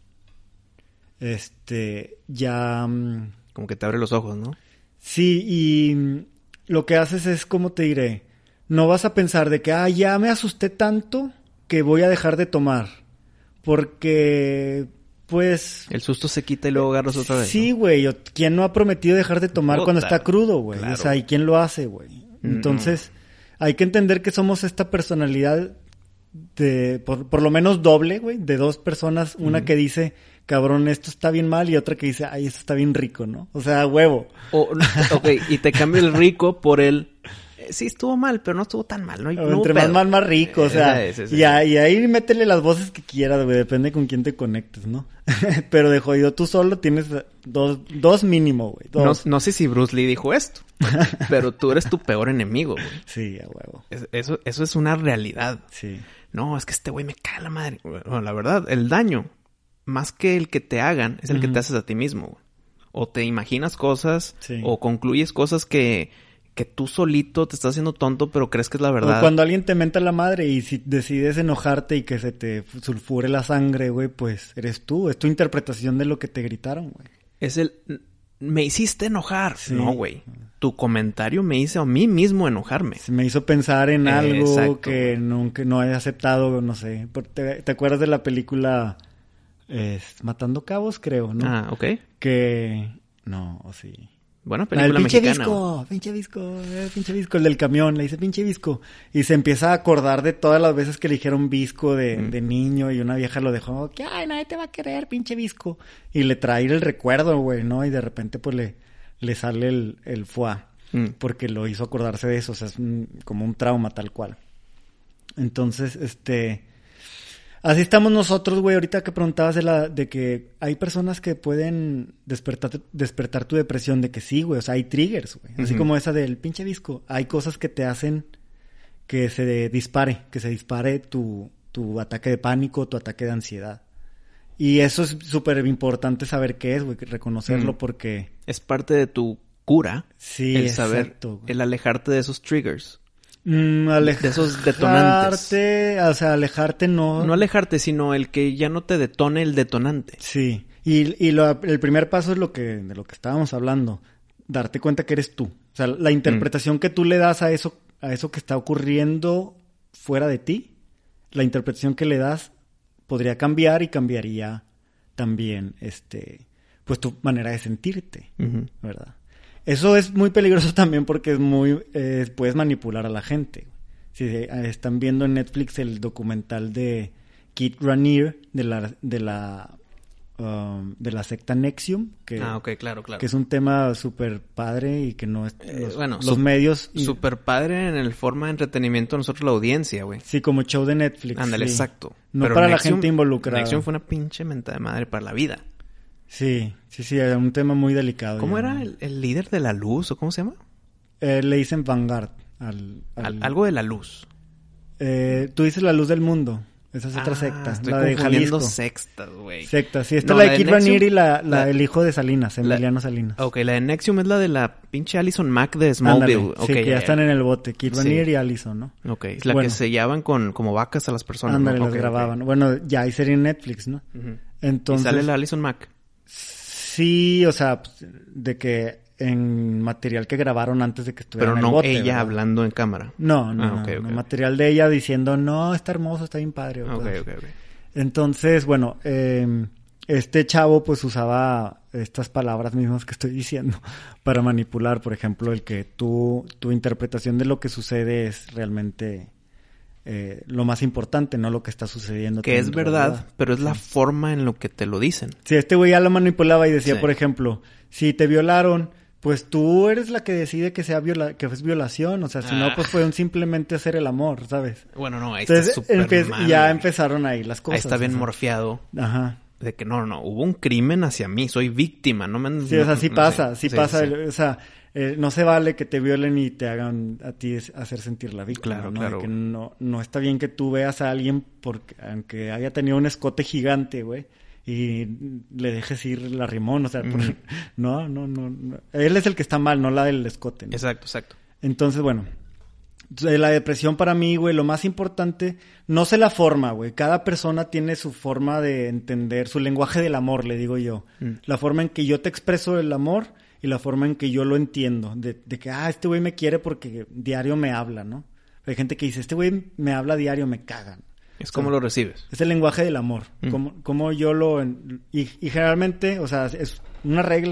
Speaker 1: este, ya... mm,
Speaker 2: Como que te abre los ojos, ¿no?
Speaker 1: sí, y mm, lo que haces es, como te diré, no vas a pensar de que, ah, ya me asusté tanto que voy a dejar de tomar. Porque, pues...
Speaker 2: El susto se quita y luego agarras otra vez.
Speaker 1: Sí,
Speaker 2: ¿no?
Speaker 1: güey. o- ¿Quién no ha prometido dejar de tomar
Speaker 2: Puta,
Speaker 1: cuando está crudo, güey?
Speaker 2: claro.
Speaker 1: O sea, ¿y quién lo hace, güey?
Speaker 2: Mm,
Speaker 1: Entonces, hay que entender que somos esta personalidad de por, por lo menos doble, güey, de dos personas, una uh-huh. que dice, cabrón, esto está bien mal, y otra que dice, ay, esto está bien rico, ¿no? O sea, huevo.
Speaker 2: O, ok, y te cambia el rico por el... Sí, estuvo mal, pero no estuvo tan mal, ¿no? no
Speaker 1: Entre más mal, más rico, o sea, ese, ese, y, a, y ahí métele las voces que quieras, güey, depende con quién te conectes, ¿no? Pero de jodido tú solo tienes dos, dos mínimo, güey.
Speaker 2: No, no sé si Bruce Lee dijo esto, pero tú eres tu peor enemigo, güey.
Speaker 1: Sí, a huevo.
Speaker 2: Es, eso, eso es una realidad.
Speaker 1: Sí.
Speaker 2: No, es que este güey me cae la madre. Bueno, la verdad, el daño, más que el que te hagan, es el uh-huh. que te haces a ti mismo, güey. O te imaginas cosas, sí. o concluyes cosas que... que tú solito te estás haciendo tonto, pero crees que es la verdad.
Speaker 1: O cuando alguien te menta la madre y si decides enojarte y que se te sulfure la sangre, güey, pues eres tú. Es tu interpretación de lo que te gritaron, güey.
Speaker 2: Es el... Me hiciste enojar. Sí. No, güey. Tu comentario me hizo a mí mismo enojarme.
Speaker 1: Se me hizo pensar en eh, algo exacto, que nunca no he aceptado, no sé. ¿Te, te acuerdas de la película eh, Matando Cabos, creo, no?
Speaker 2: Ah, ok.
Speaker 1: Que... No, o sí...
Speaker 2: Buena película
Speaker 1: el pinche
Speaker 2: mexicana.
Speaker 1: Visco, pinche Visco, el pinche Visco, el del camión, le dice pinche Visco. Y se empieza a acordar de todas las veces que le dijeron Visco de, mm. de niño y una vieja lo dejó, que ay, nadie te va a querer, pinche Visco. Y le trae el recuerdo, güey, ¿no? Y de repente pues le, le sale el, el foie, mm. porque lo hizo acordarse de eso, o sea, es un, como un trauma tal cual. Entonces, este... Así estamos nosotros, güey, ahorita que preguntabas de la de que hay personas que pueden despertar despertar tu depresión, de que sí, güey, o sea, hay triggers, güey. Así uh-huh. como esa del pinche Visco. Hay cosas que te hacen que se dispare, que se dispare tu, tu ataque de pánico, tu ataque de ansiedad. Y eso es súper importante saber qué es, güey, reconocerlo uh-huh. porque...
Speaker 2: Es parte de tu cura.
Speaker 1: Sí,
Speaker 2: el
Speaker 1: exacto,
Speaker 2: saber,
Speaker 1: güey.
Speaker 2: El alejarte de esos triggers.
Speaker 1: Mm, alejarte,
Speaker 2: de esos detonantes.
Speaker 1: O sea, alejarte no...
Speaker 2: No alejarte, sino el que ya no te detone el detonante.
Speaker 1: Sí. Y, y lo, el primer paso es lo que, de lo que estábamos hablando. Darte cuenta que eres tú. O sea, la interpretación mm. que tú le das a eso, a eso que está ocurriendo fuera de ti, la interpretación que le das podría cambiar y cambiaría también, este, pues tu manera de sentirte, uh-huh. ¿verdad? Eso es muy peligroso también porque es muy... Eh, puedes manipular a la gente. Si eh, están viendo en Netflix el documental de Kit Raniere de la de la um, de la secta Nexium, que,
Speaker 2: ah, ok, claro, claro.
Speaker 1: que es un tema súper padre y que no es...
Speaker 2: Eh,
Speaker 1: los,
Speaker 2: bueno,
Speaker 1: los
Speaker 2: su,
Speaker 1: medios...
Speaker 2: Súper padre en el forma de entretenimiento de nosotros la audiencia, güey.
Speaker 1: Sí, como show de Netflix.
Speaker 2: Ándale,
Speaker 1: sí.
Speaker 2: exacto.
Speaker 1: No
Speaker 2: Pero
Speaker 1: para
Speaker 2: Nexium,
Speaker 1: la gente involucrada.
Speaker 2: Nexium fue una pinche mentada de madre para la vida.
Speaker 1: Sí, sí, sí, era un tema muy delicado.
Speaker 2: ¿Cómo
Speaker 1: ya,
Speaker 2: era
Speaker 1: ¿no?
Speaker 2: el, el líder de la luz o cómo se llama?
Speaker 1: Eh, le dicen Vanguard. Al, al...
Speaker 2: Al, algo de la luz.
Speaker 1: Eh, tú dices la luz del mundo. Esa es otra
Speaker 2: ah,
Speaker 1: secta.
Speaker 2: Estoy
Speaker 1: la de Jalisco.
Speaker 2: sectas, güey.
Speaker 1: Secta, sí. Esta
Speaker 2: no,
Speaker 1: es la
Speaker 2: la
Speaker 1: de Kid
Speaker 2: Nexium,
Speaker 1: Raniere y la, la,
Speaker 2: la,
Speaker 1: el hijo de Salinas, Emiliano
Speaker 2: la,
Speaker 1: Salinas.
Speaker 2: Ok, la de Nexium es la de la pinche Allison Mack de Smallville.
Speaker 1: Ándale,
Speaker 2: okay,
Speaker 1: sí, que ya,
Speaker 2: ya
Speaker 1: están en el bote. Kid Raniere
Speaker 2: sí.
Speaker 1: y Allison, ¿no?
Speaker 2: Ok, es la
Speaker 1: bueno,
Speaker 2: que sellaban con como vacas a las personas.
Speaker 1: Ándale,
Speaker 2: ¿no?
Speaker 1: las
Speaker 2: okay,
Speaker 1: grababan.
Speaker 2: Okay.
Speaker 1: Bueno, ya hay serie en Netflix, ¿no?
Speaker 2: Uh-huh.
Speaker 1: Entonces...
Speaker 2: ¿Y sale la Allison Mack?
Speaker 1: Sí, o sea, de que en material que grabaron antes de que estuviera
Speaker 2: Pero
Speaker 1: en
Speaker 2: no
Speaker 1: el bote,
Speaker 2: ella
Speaker 1: ¿verdad?
Speaker 2: hablando en cámara.
Speaker 1: No, no,
Speaker 2: ah,
Speaker 1: no,
Speaker 2: okay,
Speaker 1: no,
Speaker 2: okay.
Speaker 1: material de ella diciendo, no, está hermoso, está bien padre.
Speaker 2: Ok, ok, ok.
Speaker 1: Entonces, bueno, eh, este chavo pues usaba estas palabras mismas que estoy diciendo para manipular, por ejemplo, el que tú, tu interpretación de lo que sucede es realmente eh, lo más importante, no lo que está sucediendo.
Speaker 2: Que es verdad,
Speaker 1: realidad.
Speaker 2: pero es
Speaker 1: sí.
Speaker 2: la forma en lo que te lo dicen.
Speaker 1: Sí, este güey ya lo manipulaba y decía,
Speaker 2: sí.
Speaker 1: por ejemplo, si te violaron, pues tú eres la que decide que sea viola que es violación, o sea, si ah. no, pues fue un simplemente hacer el amor, ¿sabes?
Speaker 2: Bueno, no, ahí
Speaker 1: Entonces,
Speaker 2: está súper
Speaker 1: empe
Speaker 2: mal.
Speaker 1: ya empezaron ahí las cosas.
Speaker 2: Ahí está bien
Speaker 1: o sea.
Speaker 2: morfiado.
Speaker 1: Ajá.
Speaker 2: De que no, no, no, hubo un crimen hacia mí, soy víctima, no me...
Speaker 1: Sí, o sea, sí
Speaker 2: no,
Speaker 1: pasa,
Speaker 2: no
Speaker 1: sí,
Speaker 2: sí
Speaker 1: pasa,
Speaker 2: sí.
Speaker 1: o sea, eh, no se vale que te violen y te hagan a ti hacer sentir la víctima,
Speaker 2: claro,
Speaker 1: ¿no?
Speaker 2: claro.
Speaker 1: De que no, no está bien que tú veas a alguien porque, aunque haya tenido un escote gigante, güey, y le dejes ir la rimón, o sea, por, mm. no, no, no, no, él es el que está mal, no la del escote, ¿no?
Speaker 2: Exacto, exacto.
Speaker 1: Entonces, bueno, la depresión para mí, güey, lo más importante, no sé la forma, güey, cada persona tiene su forma de entender, su lenguaje del amor, le digo yo, mm. la forma en que yo te expreso el amor y la forma en que yo lo entiendo, de, de que, ah, este güey me quiere porque diario me habla, ¿no? Hay gente que dice, este güey me habla diario, me cagan.
Speaker 2: Es o sea, como lo recibes.
Speaker 1: Es el lenguaje del amor. Mm. Como, como yo lo... Y, y generalmente, o sea, es una regla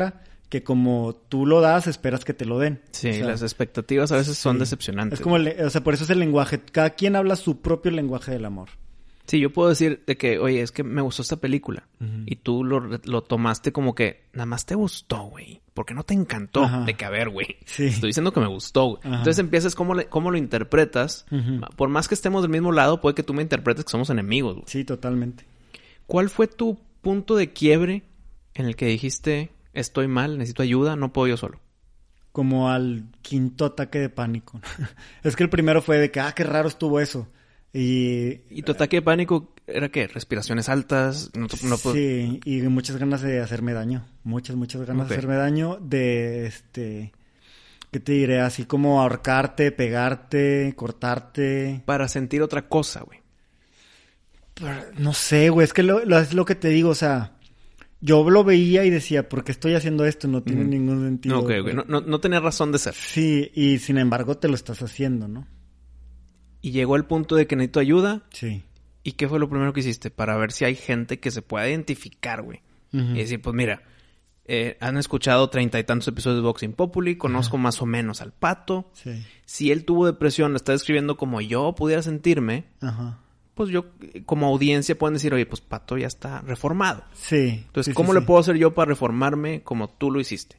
Speaker 1: que como tú lo das, esperas que te lo den.
Speaker 2: Sí,
Speaker 1: o sea,
Speaker 2: las expectativas a veces
Speaker 1: sí.
Speaker 2: son decepcionantes.
Speaker 1: Es como, el, o sea, por eso es el lenguaje. Cada quien habla su propio lenguaje del amor.
Speaker 2: Sí, yo puedo decir de que, oye, es que me gustó esta película.
Speaker 1: Uh-huh.
Speaker 2: Y tú lo, lo tomaste como que nada más te gustó, güey. ¿Por qué no te encantó?
Speaker 1: Ajá.
Speaker 2: De que, a ver, güey.
Speaker 1: Sí.
Speaker 2: Estoy diciendo que me gustó, güey.
Speaker 1: Ajá.
Speaker 2: Entonces empiezas cómo, le, cómo lo interpretas. Uh-huh. Por más que estemos del mismo lado, puede que tú me interpretes que somos enemigos, güey.
Speaker 1: Sí, totalmente.
Speaker 2: ¿Cuál fue tu punto de quiebre en el que dijiste, estoy mal, necesito ayuda, no puedo yo solo?
Speaker 1: Como al quinto ataque de pánico. Es que el primero fue de que, ah, qué raro estuvo eso. Y...
Speaker 2: ¿Y tu ataque de pánico era qué? ¿Respiraciones altas? No, no puedo...
Speaker 1: Sí, y muchas ganas de hacerme daño. Muchas, muchas ganas okay. de hacerme daño. De, este... ¿Qué te diré? Así como ahorcarte, pegarte, cortarte.
Speaker 2: Para sentir otra cosa, güey.
Speaker 1: No sé, güey. Es que lo, lo, es lo que te digo, o sea... Yo lo veía y decía, ¿por qué estoy haciendo esto? No tiene mm. ningún sentido.
Speaker 2: Ok, ok. No, no, no tenía razón de ser.
Speaker 1: Sí, y sin embargo te lo estás haciendo, ¿no?
Speaker 2: Y llegó el punto de que necesito ayuda.
Speaker 1: Sí.
Speaker 2: ¿Y qué fue lo primero que hiciste? Para ver si hay gente que se pueda identificar, güey. Uh-huh. Y decir, pues mira, eh, han escuchado treinta y tantos episodios de Vox Populi, conozco uh-huh. más o menos al Pato.
Speaker 1: Sí.
Speaker 2: Si él tuvo depresión, lo está describiendo como yo pudiera sentirme, uh-huh. pues yo, como audiencia, pueden decir, oye, pues Pato ya está reformado.
Speaker 1: Sí.
Speaker 2: Entonces,
Speaker 1: sí,
Speaker 2: ¿cómo
Speaker 1: sí,
Speaker 2: le
Speaker 1: sí.
Speaker 2: puedo hacer yo para reformarme como tú lo hiciste?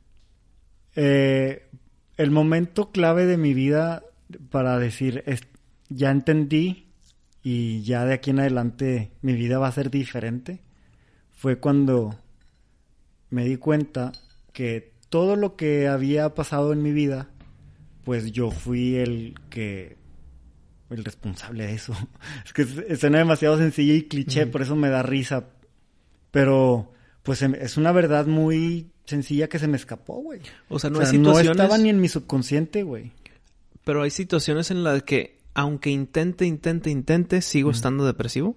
Speaker 1: Eh, el momento clave de mi vida para decir... Es, ya entendí y ya de aquí en adelante mi vida va a ser diferente, fue cuando me di cuenta que todo lo que había pasado en mi vida, pues yo fui el que, el responsable de eso. Es que suena demasiado sencillo y cliché, mm. por eso me da risa, pero pues es una verdad muy sencilla que se me escapó, güey.
Speaker 2: O sea, no
Speaker 1: o sea,
Speaker 2: hay situaciones...
Speaker 1: no estaba ni en mi subconsciente, güey.
Speaker 2: Pero hay situaciones en las que aunque intente, intente, intente, ¿sigo mm. estando depresivo?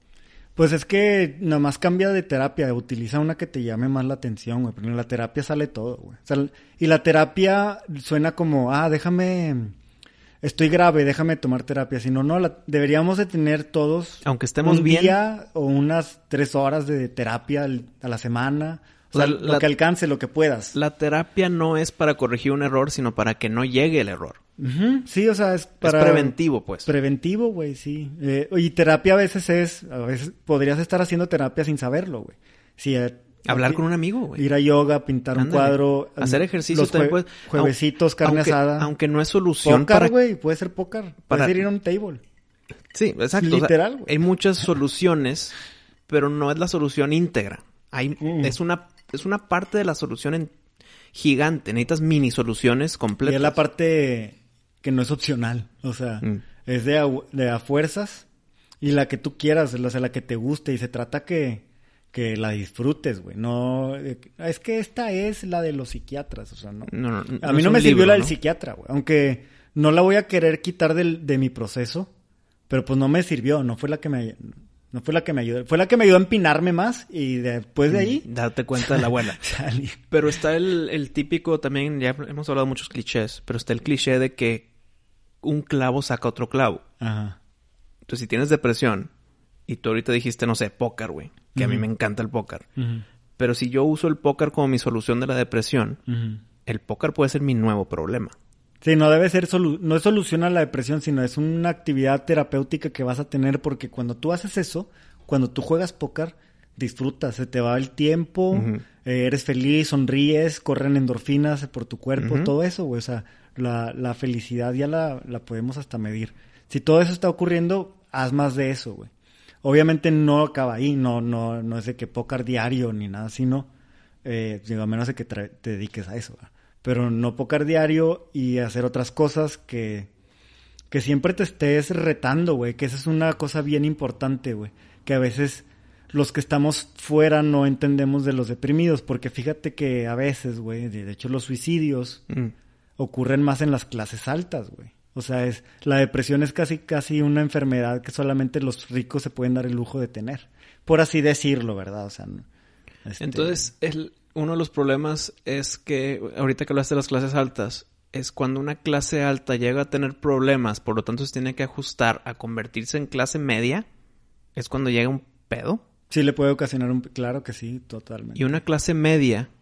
Speaker 1: Pues es que nada más cambia de terapia. Utiliza una que te llame más la atención, güey. Porque en la terapia sale todo, güey. O sea, y la terapia suena como, ah, déjame... Estoy grave, déjame tomar terapia. Si no, no, la, deberíamos de tener todos...
Speaker 2: Aunque estemos
Speaker 1: un
Speaker 2: bien...
Speaker 1: Un día o unas tres horas de terapia a la semana... O sea, o sea lo la, que alcance, lo que puedas.
Speaker 2: La terapia no es para corregir un error, sino para que no llegue el error.
Speaker 1: Uh-huh. Sí, o sea, es para...
Speaker 2: Es preventivo, pues.
Speaker 1: Preventivo, güey, sí. Eh, y terapia a veces es... A veces podrías estar haciendo terapia sin saberlo, güey. Sí, eh,
Speaker 2: hablar
Speaker 1: aquí,
Speaker 2: con un amigo, güey.
Speaker 1: Ir a yoga, pintar Ándale. un cuadro.
Speaker 2: Hacer ejercicio
Speaker 1: los jue-
Speaker 2: puedes,
Speaker 1: juevesitos, carne
Speaker 2: aunque,
Speaker 1: asada.
Speaker 2: Aunque no es solución
Speaker 1: pócar,
Speaker 2: para...
Speaker 1: güey, puede ser pócar.
Speaker 2: Para...
Speaker 1: Puedes ir a un table.
Speaker 2: Sí, exacto.
Speaker 1: Literal,
Speaker 2: o sea, hay muchas soluciones, pero no es la solución íntegra. Hay, mm. es una es una parte de la solución en gigante. Necesitas mini soluciones completas.
Speaker 1: Y es la parte que no es opcional. O sea, mm. es de a, de a fuerzas y la que tú quieras, o sea, la que te guste. Y se trata que, que la disfrutes, güey. No, es que esta es la de los psiquiatras. O sea, no.
Speaker 2: no, no, no
Speaker 1: a mí no me sirvió libro, la del ¿no? psiquiatra, güey. Aunque no la voy a querer quitar del, de mi proceso. Pero pues no me sirvió. No fue la que me... No fue la que me ayudó. Fue la que me ayudó a empinarme más y después de ahí...
Speaker 2: Darte cuenta de la abuela. Pero está el, el típico también, ya hemos hablado de muchos clichés, pero está el cliché de que un clavo saca otro clavo.
Speaker 1: Ajá.
Speaker 2: Entonces, si tienes depresión y tú ahorita dijiste, no sé, póker, güey, que uh-huh. a mí me encanta el póker. Uh-huh. Pero si yo uso el póker como mi solución de la depresión, uh-huh. el póker puede ser mi nuevo problema.
Speaker 1: Sí, no debe ser, solu- no es solución a la depresión, sino es una actividad terapéutica que vas a tener porque cuando tú haces eso, cuando tú juegas póker, disfrutas, se te va el tiempo, uh-huh. eh, eres feliz, sonríes, corren endorfinas por tu cuerpo, uh-huh. todo eso, güey, o sea, la, la felicidad ya la, la podemos hasta medir. Si todo eso está ocurriendo, haz más de eso, güey. Obviamente no acaba ahí, no, no, no es de que póker diario ni nada así, ¿no? Eh, digo, a menos de que tra- te dediques a eso, ¿verdad? Pero no póker diario y hacer otras cosas que, que siempre te estés retando, güey. Que esa es una cosa bien importante, güey. Que a veces los que estamos fuera no entendemos de los deprimidos. Porque fíjate que a veces, güey, de hecho los suicidios mm. ocurren más en las clases altas, güey. O sea, es la depresión es casi casi una enfermedad que solamente los ricos se pueden dar el lujo de tener. Por así decirlo, ¿verdad? O sea, este...
Speaker 2: Entonces, el... uno de los problemas es que, ahorita que hablaste de las clases altas, es cuando una clase alta llega a tener problemas, por lo tanto se tiene que ajustar a convertirse en clase media, es cuando llega un pedo.
Speaker 1: Sí, le puede ocasionar un... Claro que sí, totalmente.
Speaker 2: Y una clase media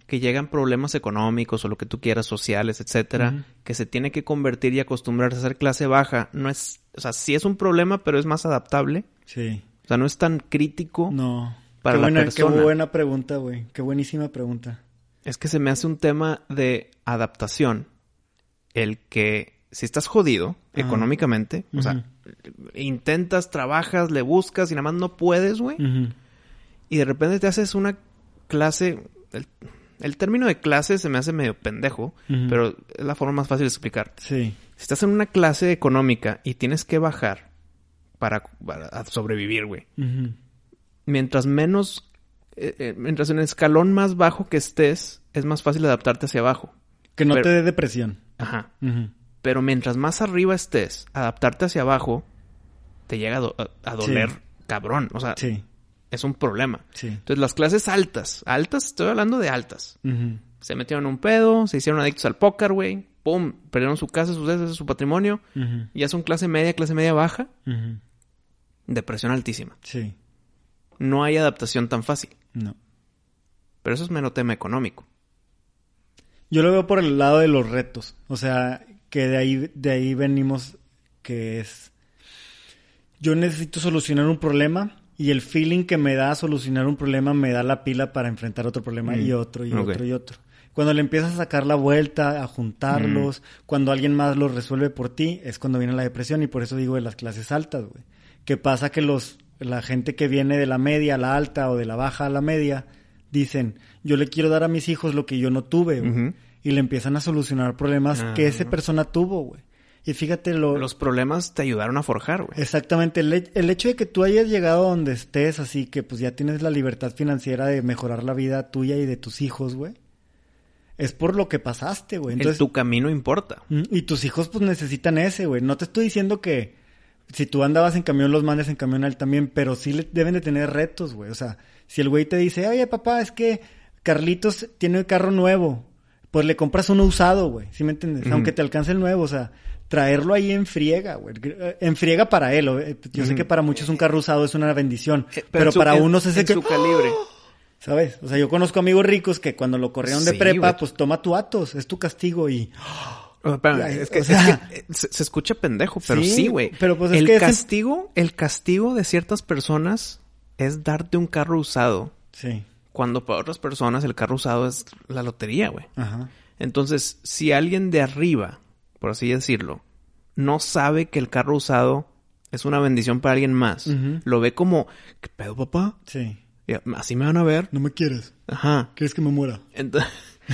Speaker 2: que llegan problemas económicos o lo que tú quieras, sociales, etcétera, uh-huh. que se tiene que convertir y acostumbrarse a ser clase baja, no es, o sea, sí es un problema, pero es más adaptable.
Speaker 1: Sí.
Speaker 2: O sea, no es tan crítico
Speaker 1: no.
Speaker 2: para
Speaker 1: qué
Speaker 2: la
Speaker 1: buena,
Speaker 2: persona.
Speaker 1: Qué buena pregunta, güey. Qué buenísima pregunta.
Speaker 2: Es que se me hace un tema de adaptación. El que si estás jodido uh-huh. económicamente, uh-huh. o sea, intentas, trabajas, le buscas y nada más no puedes, güey. Uh-huh. Y de repente te haces una clase... El, el término de clase se me hace medio pendejo, uh-huh. pero es la forma más fácil de explicar.
Speaker 1: Sí.
Speaker 2: Si estás en una clase económica y tienes que bajar para, para sobrevivir, güey. Uh-huh. Mientras menos... Eh, eh, mientras en el escalón más bajo que estés, es más fácil adaptarte hacia abajo.
Speaker 1: Que no
Speaker 2: pero,
Speaker 1: te dé depresión.
Speaker 2: Ajá. Uh-huh. Pero mientras más arriba estés, adaptarte hacia abajo, te llega a, do- a doler sí. cabrón. O sea,
Speaker 1: sí.
Speaker 2: es un problema.
Speaker 1: Sí.
Speaker 2: Entonces, las clases altas, altas, estoy hablando de altas.
Speaker 1: Uh-huh.
Speaker 2: Se metieron en un pedo, se hicieron adictos al póker, güey. Pum, perdieron su casa, sus desastres, su patrimonio. Uh-huh. Ya son clase media, clase media baja. Uh-huh. Depresión altísima.
Speaker 1: Sí.
Speaker 2: No hay adaptación tan fácil.
Speaker 1: No.
Speaker 2: Pero eso es mero tema económico.
Speaker 1: Yo lo veo por el lado de los retos. O sea, que de ahí, de ahí venimos, que es... Yo necesito solucionar un problema y el feeling que me da solucionar un problema me da la pila para enfrentar otro problema mm. y otro y okay. otro y otro. Cuando le empiezas a sacar la vuelta, a juntarlos, mm. cuando alguien más los resuelve por ti, es cuando viene la depresión. Y por eso digo de las clases altas, güey. Que pasa que los la gente que viene de la media a la alta o de la baja a la media... Dicen, yo le quiero dar a mis hijos lo que yo no tuve, güey. Uh-huh. Y le empiezan a solucionar problemas uh-huh. que esa persona tuvo, güey. Y fíjate lo...
Speaker 2: Los problemas te ayudaron a forjar, güey.
Speaker 1: Exactamente. El, el hecho de que tú hayas llegado a donde estés, así que pues ya tienes la libertad financiera de mejorar la vida tuya y de tus hijos, güey. Es por lo que pasaste, güey. Entonces,
Speaker 2: el, tu camino importa.
Speaker 1: Y tus hijos pues necesitan ese, güey. No te estoy diciendo que si tú andabas en camión, los mandes en camión a él también, pero sí le deben de tener retos, güey. O sea... Si el güey te dice, oye, papá, es que Carlitos tiene un carro nuevo, pues le compras uno usado, güey. ¿Sí me entiendes? Uh-huh. Aunque te alcance el nuevo, o sea, traerlo ahí en friega, güey. En friega para él. Yo uh-huh. sé que para muchos un carro usado es una bendición, eh, pero, pero su, para en, unos es el que...
Speaker 2: su calibre.
Speaker 1: ¿Sabes? O sea, yo conozco amigos ricos que cuando lo corrieron de sí, prepa, güey. Pues toma tu Atos, es tu castigo y...
Speaker 2: Oh, espérame, es que, o sea, es que se, se escucha pendejo, pero sí, güey. Sí,
Speaker 1: pero pues es
Speaker 2: el
Speaker 1: que
Speaker 2: castigo, es... el castigo de ciertas personas... es darte un carro usado.
Speaker 1: Sí.
Speaker 2: Cuando para otras personas el carro usado es la lotería, güey. Ajá. Entonces, si alguien de arriba, por así decirlo, no sabe que el carro usado es una bendición para alguien más, uh-huh. lo ve como, ¿qué pedo, papá?
Speaker 1: Sí.
Speaker 2: Y así me van a ver.
Speaker 1: No me quieres.
Speaker 2: Ajá.
Speaker 1: ¿Quieres que me muera?
Speaker 2: Entonces,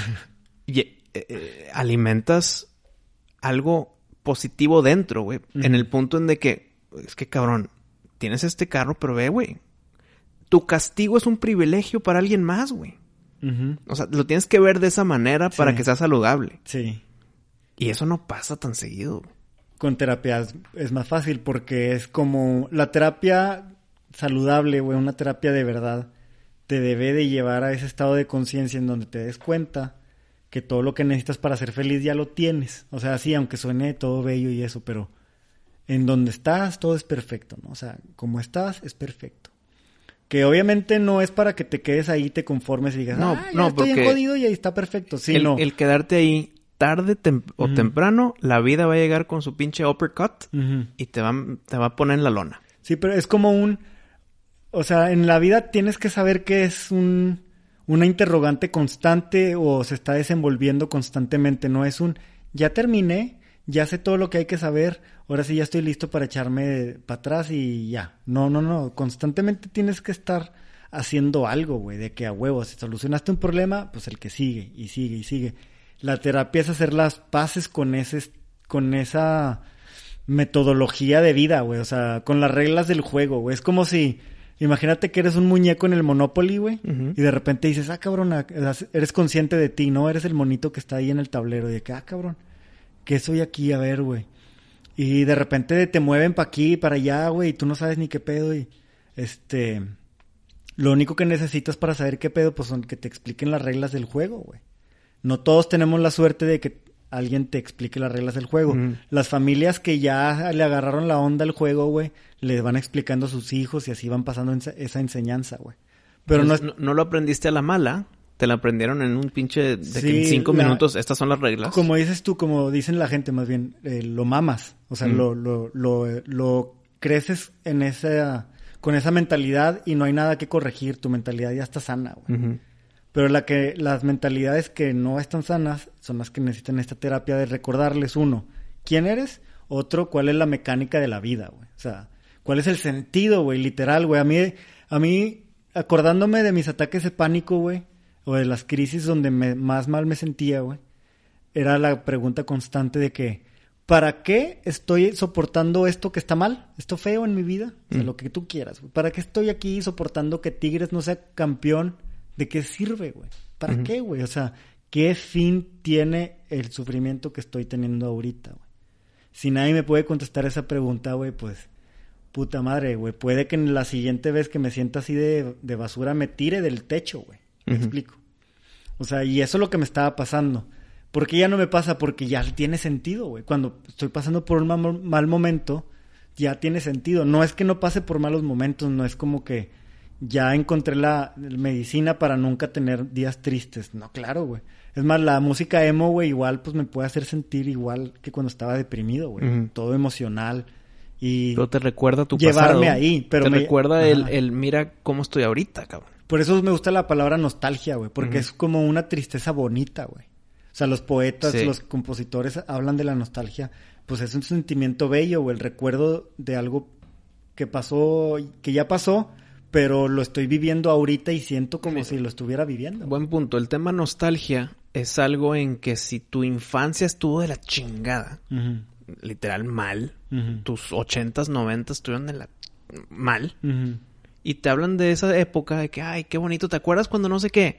Speaker 2: y, eh, eh, alimentas algo positivo dentro, güey. Uh-huh. En el punto en de que, es que cabrón, tienes este carro, pero ve, güey. Tu castigo es un privilegio para alguien más, güey. Uh-huh. O sea, lo tienes que ver de esa manera para sí. que sea saludable.
Speaker 1: Sí.
Speaker 2: Y eso no pasa tan seguido.
Speaker 1: Con terapia es, es más fácil porque es como... La terapia saludable, güey, una terapia de verdad, te debe de llevar a ese estado de conciencia en donde te des cuenta que todo lo que necesitas para ser feliz ya lo tienes. O sea, sí, aunque suene todo bello y eso, pero en donde estás todo es perfecto, ¿no? O sea, como estás es perfecto. Que obviamente no es para que te quedes ahí, te conformes y digas, no, ah, ya no, estoy en jodido y ahí está perfecto. Sí,
Speaker 2: el,
Speaker 1: no.
Speaker 2: el quedarte ahí tarde tem- o uh-huh. temprano, la vida va a llegar con su pinche uppercut uh-huh. y te va, te va a poner en la lona.
Speaker 1: Sí, pero es como un... O sea, en la vida tienes que saber que es un una interrogante constante o se está desenvolviendo constantemente. No es un, ya terminé, ya sé todo lo que hay que saber, ahora sí ya estoy listo para echarme para atrás y ya. No, no, no. Constantemente tienes que estar haciendo algo, güey, de que a huevo, si solucionaste un problema, pues el que sigue y sigue y sigue. La terapia es hacer las paces con ese, con esa metodología de vida, güey. O sea, con las reglas del juego, güey. Es como si... Imagínate que eres un muñeco en el Monopoly, güey, uh-huh. y de repente dices, ah, cabrón, eres consciente de ti, ¿no? Eres el monito que está ahí en el tablero, y de que, ah, cabrón, ¿qué soy aquí? A ver, güey. Y de repente te mueven para aquí y para allá, güey, y tú no sabes ni qué pedo, y este... Lo único que necesitas para saber qué pedo, pues son que te expliquen las reglas del juego, güey. No todos tenemos la suerte de que alguien te explique las reglas del juego. Uh-huh. Las familias que ya le agarraron la onda al juego, güey, les van explicando a sus hijos y así van pasando esa enseñanza, güey. Pero
Speaker 2: pues
Speaker 1: no, es...
Speaker 2: no, no lo aprendiste a la mala, Te la aprendieron en un pinche... De
Speaker 1: Sí,
Speaker 2: que en cinco
Speaker 1: la-
Speaker 2: minutos estas son las reglas.
Speaker 1: Como dices tú, como dicen la gente más bien, eh, lo mamas. O sea,
Speaker 2: Mm.
Speaker 1: lo, lo, lo, eh, lo creces en esa, con esa mentalidad y no hay nada que corregir. Tu mentalidad ya está sana, güey.
Speaker 2: Ujú.
Speaker 1: Pero la que, las mentalidades que no están sanas son las que necesitan esta terapia de recordarles, uno, quién eres, otro, cuál es la mecánica de la vida, güey. O sea, cuál es el sentido, güey, literal, güey. A mí, a mí, acordándome de mis ataques de pánico, güey, o de las crisis donde me, más mal me sentía, güey, era la pregunta constante de que, ¿para qué estoy soportando esto que está mal? Esto feo en mi vida, o sea,
Speaker 2: Mm.
Speaker 1: lo que tú quieras, güey. ¿Para qué estoy aquí soportando que Tigres no sea campeón? ¿De qué sirve, güey? ¿Para
Speaker 2: Ujú.
Speaker 1: qué, güey? O sea, ¿qué fin tiene el sufrimiento que estoy teniendo ahorita, güey? Si nadie me puede contestar esa pregunta, güey, pues, puta madre, güey. Puede que en la siguiente vez que me sienta así de, de basura me tire del techo, güey. ¿Me
Speaker 2: Ujú.
Speaker 1: explico? O sea, y eso es lo que me estaba pasando. ¿Por qué ya no me pasa? Porque ya tiene sentido, güey. Cuando estoy pasando por un mal, mal momento, ya tiene sentido. No es que no pase por malos momentos, no es como que ya encontré la medicina para nunca tener días tristes. No, claro, güey. Es más, la música emo, güey, igual pues me puede hacer sentir igual que cuando estaba deprimido, güey.
Speaker 2: Ujú.
Speaker 1: Todo emocional y
Speaker 2: Pero te recuerda tu
Speaker 1: llevarme
Speaker 2: pasado.
Speaker 1: ahí, pero
Speaker 2: te
Speaker 1: me-
Speaker 2: recuerda el,
Speaker 1: Ajá.
Speaker 2: el mira cómo estoy ahorita, cabrón.
Speaker 1: por eso me gusta la palabra nostalgia, güey, porque
Speaker 2: Ujú.
Speaker 1: es como una tristeza bonita, güey. O sea, los poetas,
Speaker 2: Sí.
Speaker 1: los compositores hablan de la nostalgia, pues es un sentimiento bello, güey, el recuerdo de algo que pasó, que ya pasó, pero lo estoy viviendo ahorita y siento como
Speaker 2: Mira.
Speaker 1: si lo estuviera viviendo.
Speaker 2: Buen punto. El tema nostalgia es algo en que si tu infancia estuvo de la chingada,
Speaker 1: Ujú,
Speaker 2: literal mal,
Speaker 1: ujú,
Speaker 2: tus ochentas, noventas estuvieron de la mal,
Speaker 1: ujú.
Speaker 2: y te hablan de esa época de que, ay, qué bonito, ¿te acuerdas cuando no sé qué?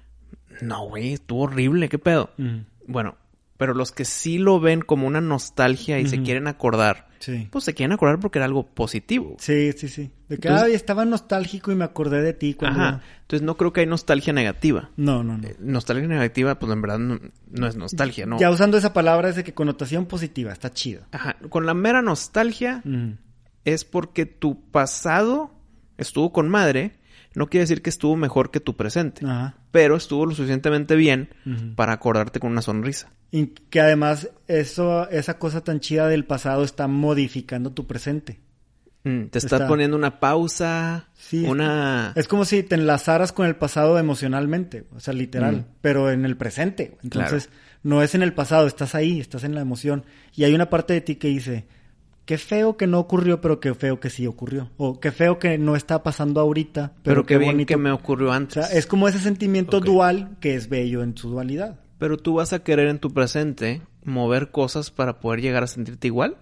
Speaker 2: No, güey, estuvo horrible, ¿qué pedo?
Speaker 1: Ujú.
Speaker 2: Bueno, pero los que sí lo ven como una nostalgia y se
Speaker 1: Ujú.
Speaker 2: quieren acordar,
Speaker 1: Sí.
Speaker 2: pues se quieren acordar porque era algo positivo.
Speaker 1: Sí, sí, sí. De que,
Speaker 2: Entonces-
Speaker 1: ay, estaba nostálgico y me acordé de ti cuando...
Speaker 2: Ajá. Entonces no creo que hay nostalgia negativa.
Speaker 1: No, no, no.
Speaker 2: Eh, Nostalgia negativa, pues en verdad no, no es nostalgia, ¿no?
Speaker 1: Ya usando esa palabra es de que connotación positiva, está chido.
Speaker 2: Ajá. Con la mera nostalgia
Speaker 1: Ujú.
Speaker 2: es porque tu pasado estuvo con madre, no quiere decir que estuvo mejor que tu presente,
Speaker 1: Ajá.
Speaker 2: pero estuvo lo suficientemente bien
Speaker 1: Ujú.
Speaker 2: para acordarte con una sonrisa.
Speaker 1: Y que además eso, esa cosa tan chida del pasado está modificando tu presente.
Speaker 2: Mm, te estás
Speaker 1: Está-
Speaker 2: poniendo una pausa,
Speaker 1: Sí, es-
Speaker 2: una...
Speaker 1: Es como si te enlazaras con el pasado emocionalmente, o sea, literal,
Speaker 2: Mm.
Speaker 1: pero en el presente. Entonces,
Speaker 2: Claro.
Speaker 1: no es en el pasado, estás ahí, estás en la emoción. Y hay una parte de ti que dice, qué feo que no ocurrió, pero qué feo que sí ocurrió. O qué feo que no está pasando ahorita, pero,
Speaker 2: Pero, qué bien
Speaker 1: bonito.
Speaker 2: que me ocurrió
Speaker 1: O
Speaker 2: antes.
Speaker 1: sea, es como ese sentimiento
Speaker 2: Ok.
Speaker 1: dual que es bello en su dualidad.
Speaker 2: Pero tú vas a querer en tu presente mover cosas para poder llegar a sentirte igual.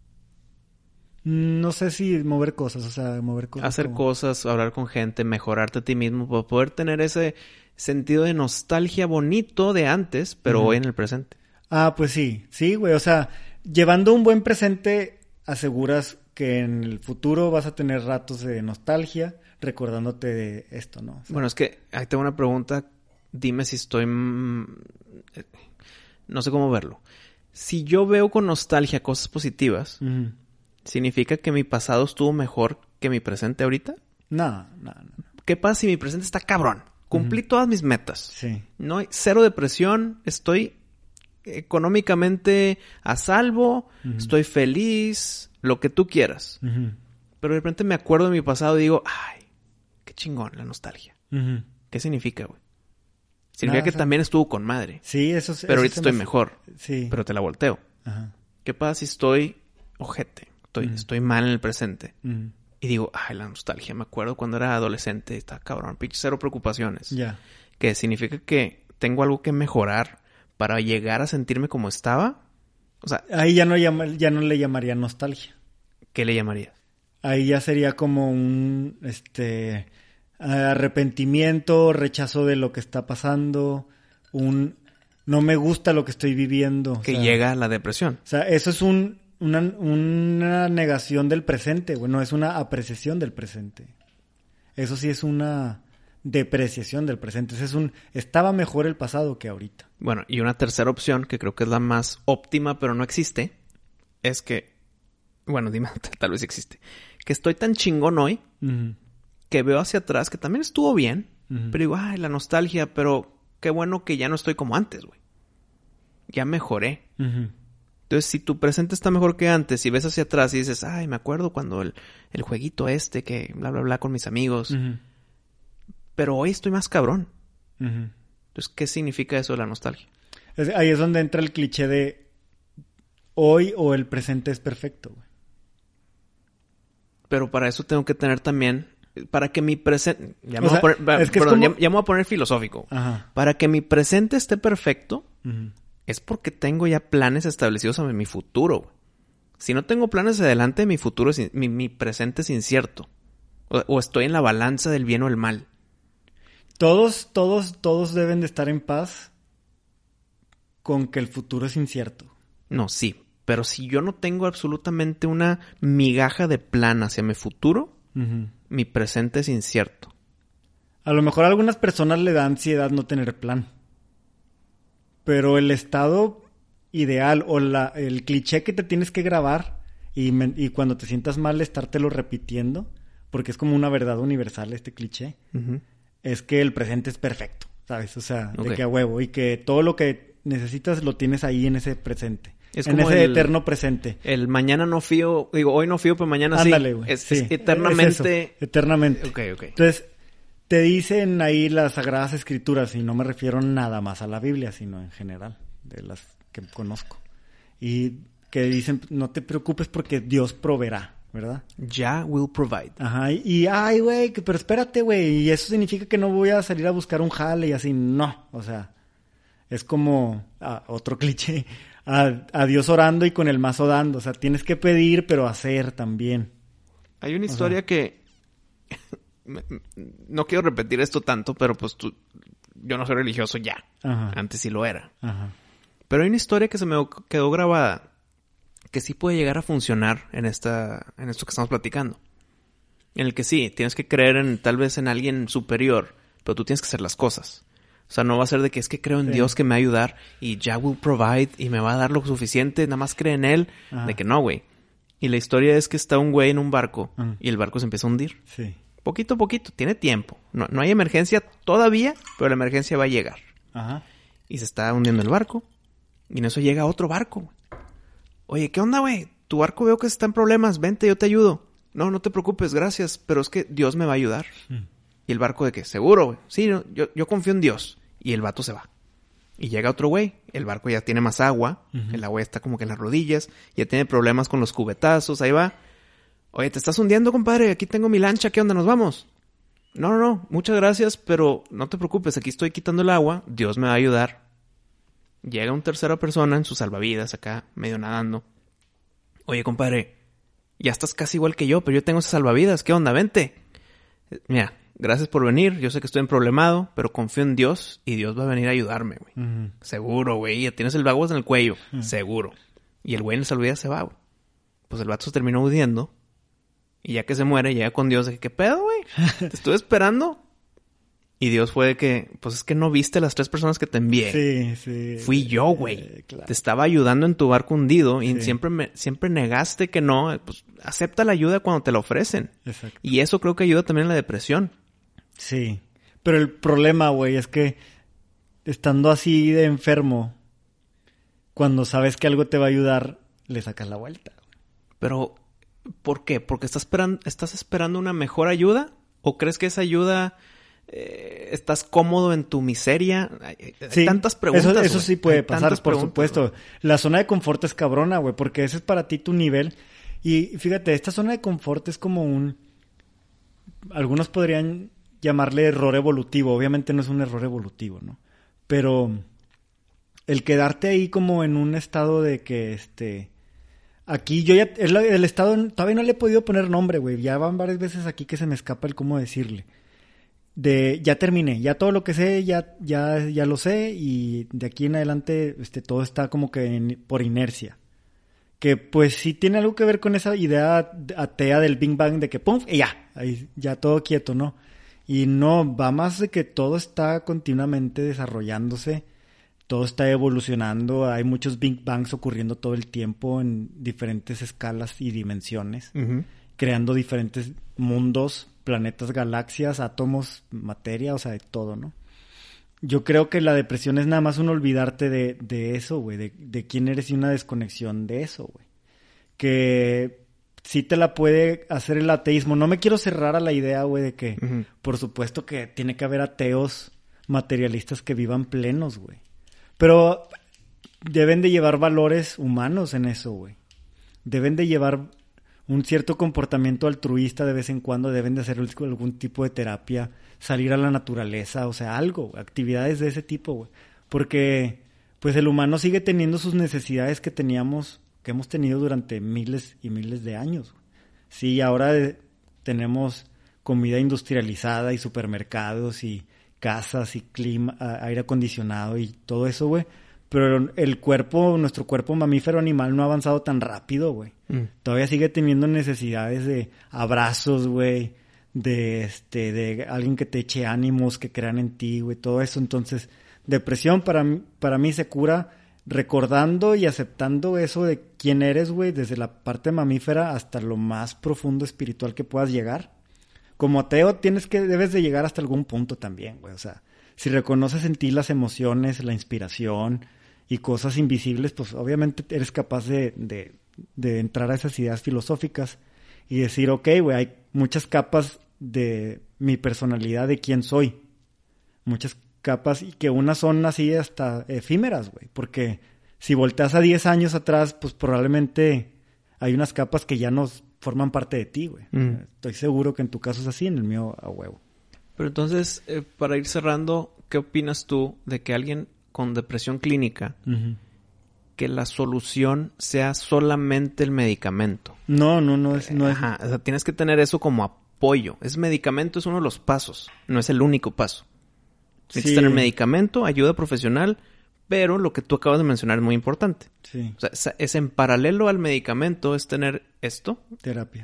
Speaker 1: No sé si mover cosas, o sea, mover cosas.
Speaker 2: Hacer
Speaker 1: como-
Speaker 2: cosas, hablar con gente, mejorarte a ti mismo para poder tener ese sentido de nostalgia bonito de antes, pero
Speaker 1: Ujú.
Speaker 2: hoy en el presente.
Speaker 1: Ah, pues sí, sí, güey. O sea, llevando un buen presente, aseguras que en el futuro vas a tener ratos de nostalgia, recordándote de esto, ¿no? O sea,
Speaker 2: Bueno, es que ahí tengo una pregunta. Dime si estoy... mm, eh, no sé cómo verlo. Si yo veo con nostalgia cosas positivas,
Speaker 1: ujú.
Speaker 2: ¿significa que mi pasado estuvo mejor que mi presente ahorita?
Speaker 1: No, no, no. no.
Speaker 2: ¿Qué pasa si mi presente está cabrón? Cumplí todas mis metas.
Speaker 1: Sí.
Speaker 2: No hay cero depresión, estoy económicamente a salvo,
Speaker 1: Ujú.
Speaker 2: estoy feliz, lo que tú quieras.
Speaker 1: Ujú,
Speaker 2: Pero de repente me acuerdo de mi pasado y digo, ay, qué chingón la nostalgia.
Speaker 1: ujú.
Speaker 2: ¿Qué significa, güey? Significa
Speaker 1: Nada,
Speaker 2: que
Speaker 1: o sea,
Speaker 2: también estuvo con madre.
Speaker 1: Sí, eso es.
Speaker 2: Pero
Speaker 1: eso
Speaker 2: ahorita
Speaker 1: se
Speaker 2: estoy
Speaker 1: me hace-
Speaker 2: mejor.
Speaker 1: Sí.
Speaker 2: Pero te la volteo.
Speaker 1: Ajá.
Speaker 2: ¿Qué pasa si estoy ojete? Estoy,
Speaker 1: Ujú.
Speaker 2: estoy mal en el presente.
Speaker 1: Ujú.
Speaker 2: Y digo, ay, la nostalgia. Me acuerdo cuando era adolescente. Está cabrón, pinche cero preocupaciones.
Speaker 1: Ya.
Speaker 2: Que significa que tengo algo que mejorar para llegar a sentirme como estaba. O sea,
Speaker 1: Ahí ya no, llama, ya no le llamaría nostalgia.
Speaker 2: ¿qué le llamarías?
Speaker 1: Ahí ya sería como un este arrepentimiento, rechazo de lo que está pasando, un no me gusta lo que estoy viviendo. o
Speaker 2: Que
Speaker 1: sea,
Speaker 2: llega a la depresión.
Speaker 1: O sea, eso es un, una, una negación del presente, güey, no es una apreciación del presente. Eso sí es una depreciación del presente. Ese es un estaba mejor el pasado que ahorita.
Speaker 2: Bueno, y una tercera opción, que creo que es la más óptima, pero no existe, es que, bueno, dime, tal vez existe, que estoy tan chingón hoy
Speaker 1: Ujú,
Speaker 2: que veo hacia atrás que también estuvo bien, Uh-huh. Pero digo, ay, la nostalgia, pero qué bueno que ya no estoy como antes, güey. Ya mejoré. Uh-huh. Entonces, si tu presente está mejor que antes y ves hacia atrás y dices, ay, me acuerdo cuando el, el jueguito este que bla, bla, bla con mis amigos. Uh-huh. Pero hoy estoy más cabrón. Uh-huh. Entonces, ¿qué significa eso de la nostalgia?
Speaker 1: Es, ahí es donde entra el cliché de hoy o el presente es perfecto, güey.
Speaker 2: Pero para eso tengo que tener también... Para que mi presente... Ya me, o sea, voy a poner, es que perdón, es como... ya, ya me voy a poner filosófico. Ajá. Para que mi presente esté perfecto, uh-huh. es porque tengo ya planes establecidos sobre mi futuro, güey. Si no tengo planes adelante, mi futuro, es, mi, mi presente es incierto. O, o estoy en la balanza del bien o el mal.
Speaker 1: Todos, todos, todos deben de estar en paz con que el futuro es incierto.
Speaker 2: No, sí. Pero si yo no tengo absolutamente una migaja de plan hacia mi futuro, uh-huh. mi presente es incierto.
Speaker 1: A lo mejor a algunas personas le da ansiedad no tener plan. Pero el estado ideal o la, el cliché que te tienes que grabar y, me, y cuando te sientas mal estártelo repitiendo, porque es como una verdad universal este cliché, uh-huh. es que el presente es perfecto, ¿sabes? O sea, okay. de que a huevo y que todo lo que necesitas lo tienes ahí en ese presente. Es en ese el, eterno presente.
Speaker 2: El mañana no fío, digo, hoy no fío, pero mañana
Speaker 1: Ándale,
Speaker 2: sí.
Speaker 1: Güey.
Speaker 2: Es,
Speaker 1: sí.
Speaker 2: es eternamente...
Speaker 1: Es eso, eternamente.
Speaker 2: Ok, ok.
Speaker 1: Entonces, te dicen ahí las Sagradas Escrituras, y no me refiero nada más a la Biblia, sino en general, de las que conozco. Y que dicen, no te preocupes porque Dios proveerá, ¿verdad?
Speaker 2: Ya will provide.
Speaker 1: Ajá, y, y ay, güey, pero espérate, güey, y eso significa que no voy a salir a buscar un jale y así, no, o sea, es como ah, otro cliché... A, a Dios orando y con el mazo dando. O sea, tienes que pedir, pero hacer también.
Speaker 2: Hay una historia o sea, que... no quiero repetir esto tanto, pero pues tú... Yo no soy religioso ya. Ajá. Antes sí lo era. Ajá. Pero hay una historia que se me quedó grabada que sí puede llegar a funcionar en esta... en esto que estamos platicando. En el que sí, tienes que creer en tal vez en alguien superior, pero tú tienes que hacer las cosas. O sea, no va a ser de que es que creo en sí. Dios que me va a ayudar y ya will provide y me va a dar lo suficiente, nada más cree en Él. Ajá. De que no, güey. Y la historia es que está un güey en un barco Ajá. y el barco se empieza a hundir.
Speaker 1: Sí.
Speaker 2: Poquito a poquito, tiene tiempo. No, no hay emergencia todavía, pero la emergencia va a llegar.
Speaker 1: Ajá.
Speaker 2: Y se está hundiendo el barco y en eso llega otro barco. Oye, ¿qué onda, güey? Tu barco veo que está en problemas, vente, yo te ayudo. No, no te preocupes, gracias, pero es que Dios me va a ayudar. Mm. Y el barco de que, seguro, güey. Sí, no, yo, yo confío en Dios. Y el vato se va. Y llega otro güey. El barco ya tiene más agua. Uh-huh. El agua ya está como que en las rodillas. Ya tiene problemas con los cubetazos. Ahí va. Oye, ¿te estás hundiendo, compadre? Aquí tengo mi lancha. ¿Qué onda? ¿Nos vamos? No, no, no. Muchas gracias, pero no te preocupes. Aquí estoy quitando el agua. Dios me va a ayudar. Llega una tercera persona en sus salvavidas acá, medio nadando. Oye, compadre, ya estás casi igual que yo, pero yo tengo esas salvavidas. ¿Qué onda? Vente. Mira, gracias por venir. Yo sé que estoy emproblemado, pero confío en Dios y Dios va a venir a ayudarme, güey. Uh-huh. Seguro, güey. Ya tienes el vago en el cuello. Uh-huh. Seguro. Y el güey en la salvavidas se va, güey. Pues el vato se terminó hundiendo. Y ya que se muere, llega con Dios. De que, ¿qué pedo, güey? Te estuve esperando. Y Dios fue de que, pues es que no viste las tres personas que te envié.
Speaker 1: Sí, sí.
Speaker 2: Fui yo, güey. Eh, claro. Te estaba ayudando en tu barco hundido y sí. siempre me, siempre negaste que no. Pues acepta la ayuda cuando te la ofrecen.
Speaker 1: Exacto.
Speaker 2: Y eso creo que ayuda también en la depresión.
Speaker 1: Sí. Pero el problema, güey, es que estando así de enfermo, cuando sabes que algo te va a ayudar, le sacas la vuelta.
Speaker 2: Pero, ¿por qué? ¿Porque estás esperando, estás esperando una mejor ayuda? ¿O crees que esa ayuda... Eh, ¿estás cómodo en tu miseria? Hay, hay
Speaker 1: sí,
Speaker 2: tantas preguntas.
Speaker 1: Eso, eso sí puede
Speaker 2: hay
Speaker 1: pasar, por supuesto. Güey. La zona de confort es cabrona, güey, porque ese es para ti tu nivel. Y fíjate, esta zona de confort es como un... Algunos podrían llamarle error evolutivo. Obviamente no es un error evolutivo, ¿no? Pero el quedarte ahí como en un estado de que, este... Aquí yo ya... El, el estado... Todavía no le he podido poner nombre, güey. Ya van varias veces aquí que se me escapa el cómo decirle. De ya terminé, ya todo lo que sé ya ya ya lo sé y de aquí en adelante este todo está como que en, por inercia. Que pues sí tiene algo que ver con esa idea atea del Big Bang de que pum y ya, ahí ya todo quieto, ¿no? Y no, va más de que todo está continuamente desarrollándose, todo está evolucionando, hay muchos Big Bangs ocurriendo todo el tiempo en diferentes escalas y dimensiones, uh-huh. creando diferentes mundos planetas, galaxias, átomos, materia, o sea, de todo, ¿no? Yo creo que la depresión es nada más un olvidarte de, de eso, güey, de, de quién eres y una desconexión de eso, güey. Que sí te la puede hacer el ateísmo. No me quiero cerrar a la idea, güey, de que, uh-huh. por supuesto que tiene que haber ateos materialistas que vivan plenos, güey. Pero deben de llevar valores humanos en eso, güey. Deben de llevar un cierto comportamiento altruista de vez en cuando, deben de hacer algún tipo de terapia, salir a la naturaleza, o sea, algo, actividades de ese tipo, güey. Porque, pues, el humano sigue teniendo sus necesidades que teníamos, que hemos tenido durante miles y miles de años. Sí, ahora de, tenemos comida industrializada y supermercados y casas y clima, aire acondicionado y todo eso, güey. Pero el cuerpo, nuestro cuerpo mamífero animal no ha avanzado tan rápido, güey. Mm. Todavía sigue teniendo necesidades de abrazos, güey. De este, de alguien que te eche ánimos, que crean en ti, güey. Todo eso. Entonces, depresión para mí, para mí se cura recordando y aceptando eso de quién eres, güey. Desde la parte mamífera hasta lo más profundo espiritual que puedas llegar. Como ateo tienes que, debes de llegar hasta algún punto también, güey. O sea, si reconoces en ti las emociones, la inspiración y cosas invisibles, pues obviamente eres capaz de, de, de entrar a esas ideas filosóficas y decir, ok, güey, hay muchas capas de mi personalidad, de quién soy. Muchas capas, y que unas son así hasta efímeras, güey. Porque si volteas a diez años atrás, pues probablemente hay unas capas que ya no forman parte de ti, güey. Mm. Estoy seguro que en tu caso es así, en el mío a huevo.
Speaker 2: Pero entonces, eh, para ir cerrando, ¿qué opinas tú de que alguien con depresión clínica, uh-huh. que la solución sea solamente el medicamento?
Speaker 1: No, no, no es... No es...
Speaker 2: Ajá, o sea, tienes que tener eso como apoyo. Es medicamento, es uno de los pasos, no es el único paso. Necesitas sí. tener medicamento, ayuda profesional, pero lo que tú acabas de mencionar es muy importante.
Speaker 1: Sí.
Speaker 2: O sea, es, es en paralelo al medicamento, es tener esto.
Speaker 1: Terapia.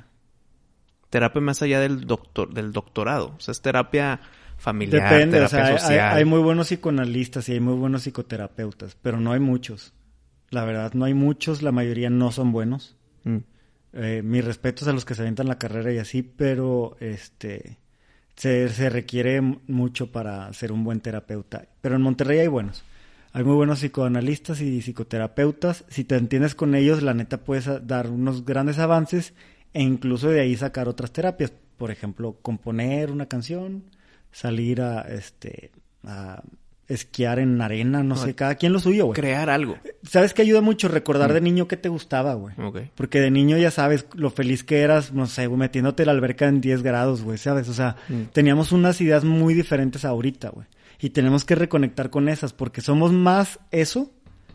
Speaker 2: Terapia más allá del doctor, del doctorado. O sea, es terapia familiar,
Speaker 1: Depende,
Speaker 2: terapia
Speaker 1: o sea,
Speaker 2: social.
Speaker 1: Hay, hay muy buenos psicoanalistas y hay muy buenos psicoterapeutas, pero no hay muchos. La verdad, no hay muchos, la mayoría no son buenos. Mm. Eh, mis respetos a los que se aventan la carrera y así, pero este se, se requiere mucho para ser un buen terapeuta. Pero en Monterrey hay buenos. Hay muy buenos psicoanalistas y psicoterapeutas. Si te entiendes con ellos, la neta puedes dar unos grandes avances e incluso de ahí sacar otras terapias. Por ejemplo, componer una canción, salir a este a esquiar en arena, no, no sé, cada quien lo suyo, güey.
Speaker 2: Crear algo.
Speaker 1: ¿Sabes qué ayuda mucho? Recordar mm. de niño qué te gustaba, güey.
Speaker 2: Okay.
Speaker 1: Porque de niño ya sabes lo feliz que eras, no sé, güey, metiéndote en la alberca en diez grados, güey, ¿sabes? O sea, mm. teníamos unas ideas muy diferentes ahorita, güey. Y tenemos que reconectar con esas, porque somos más eso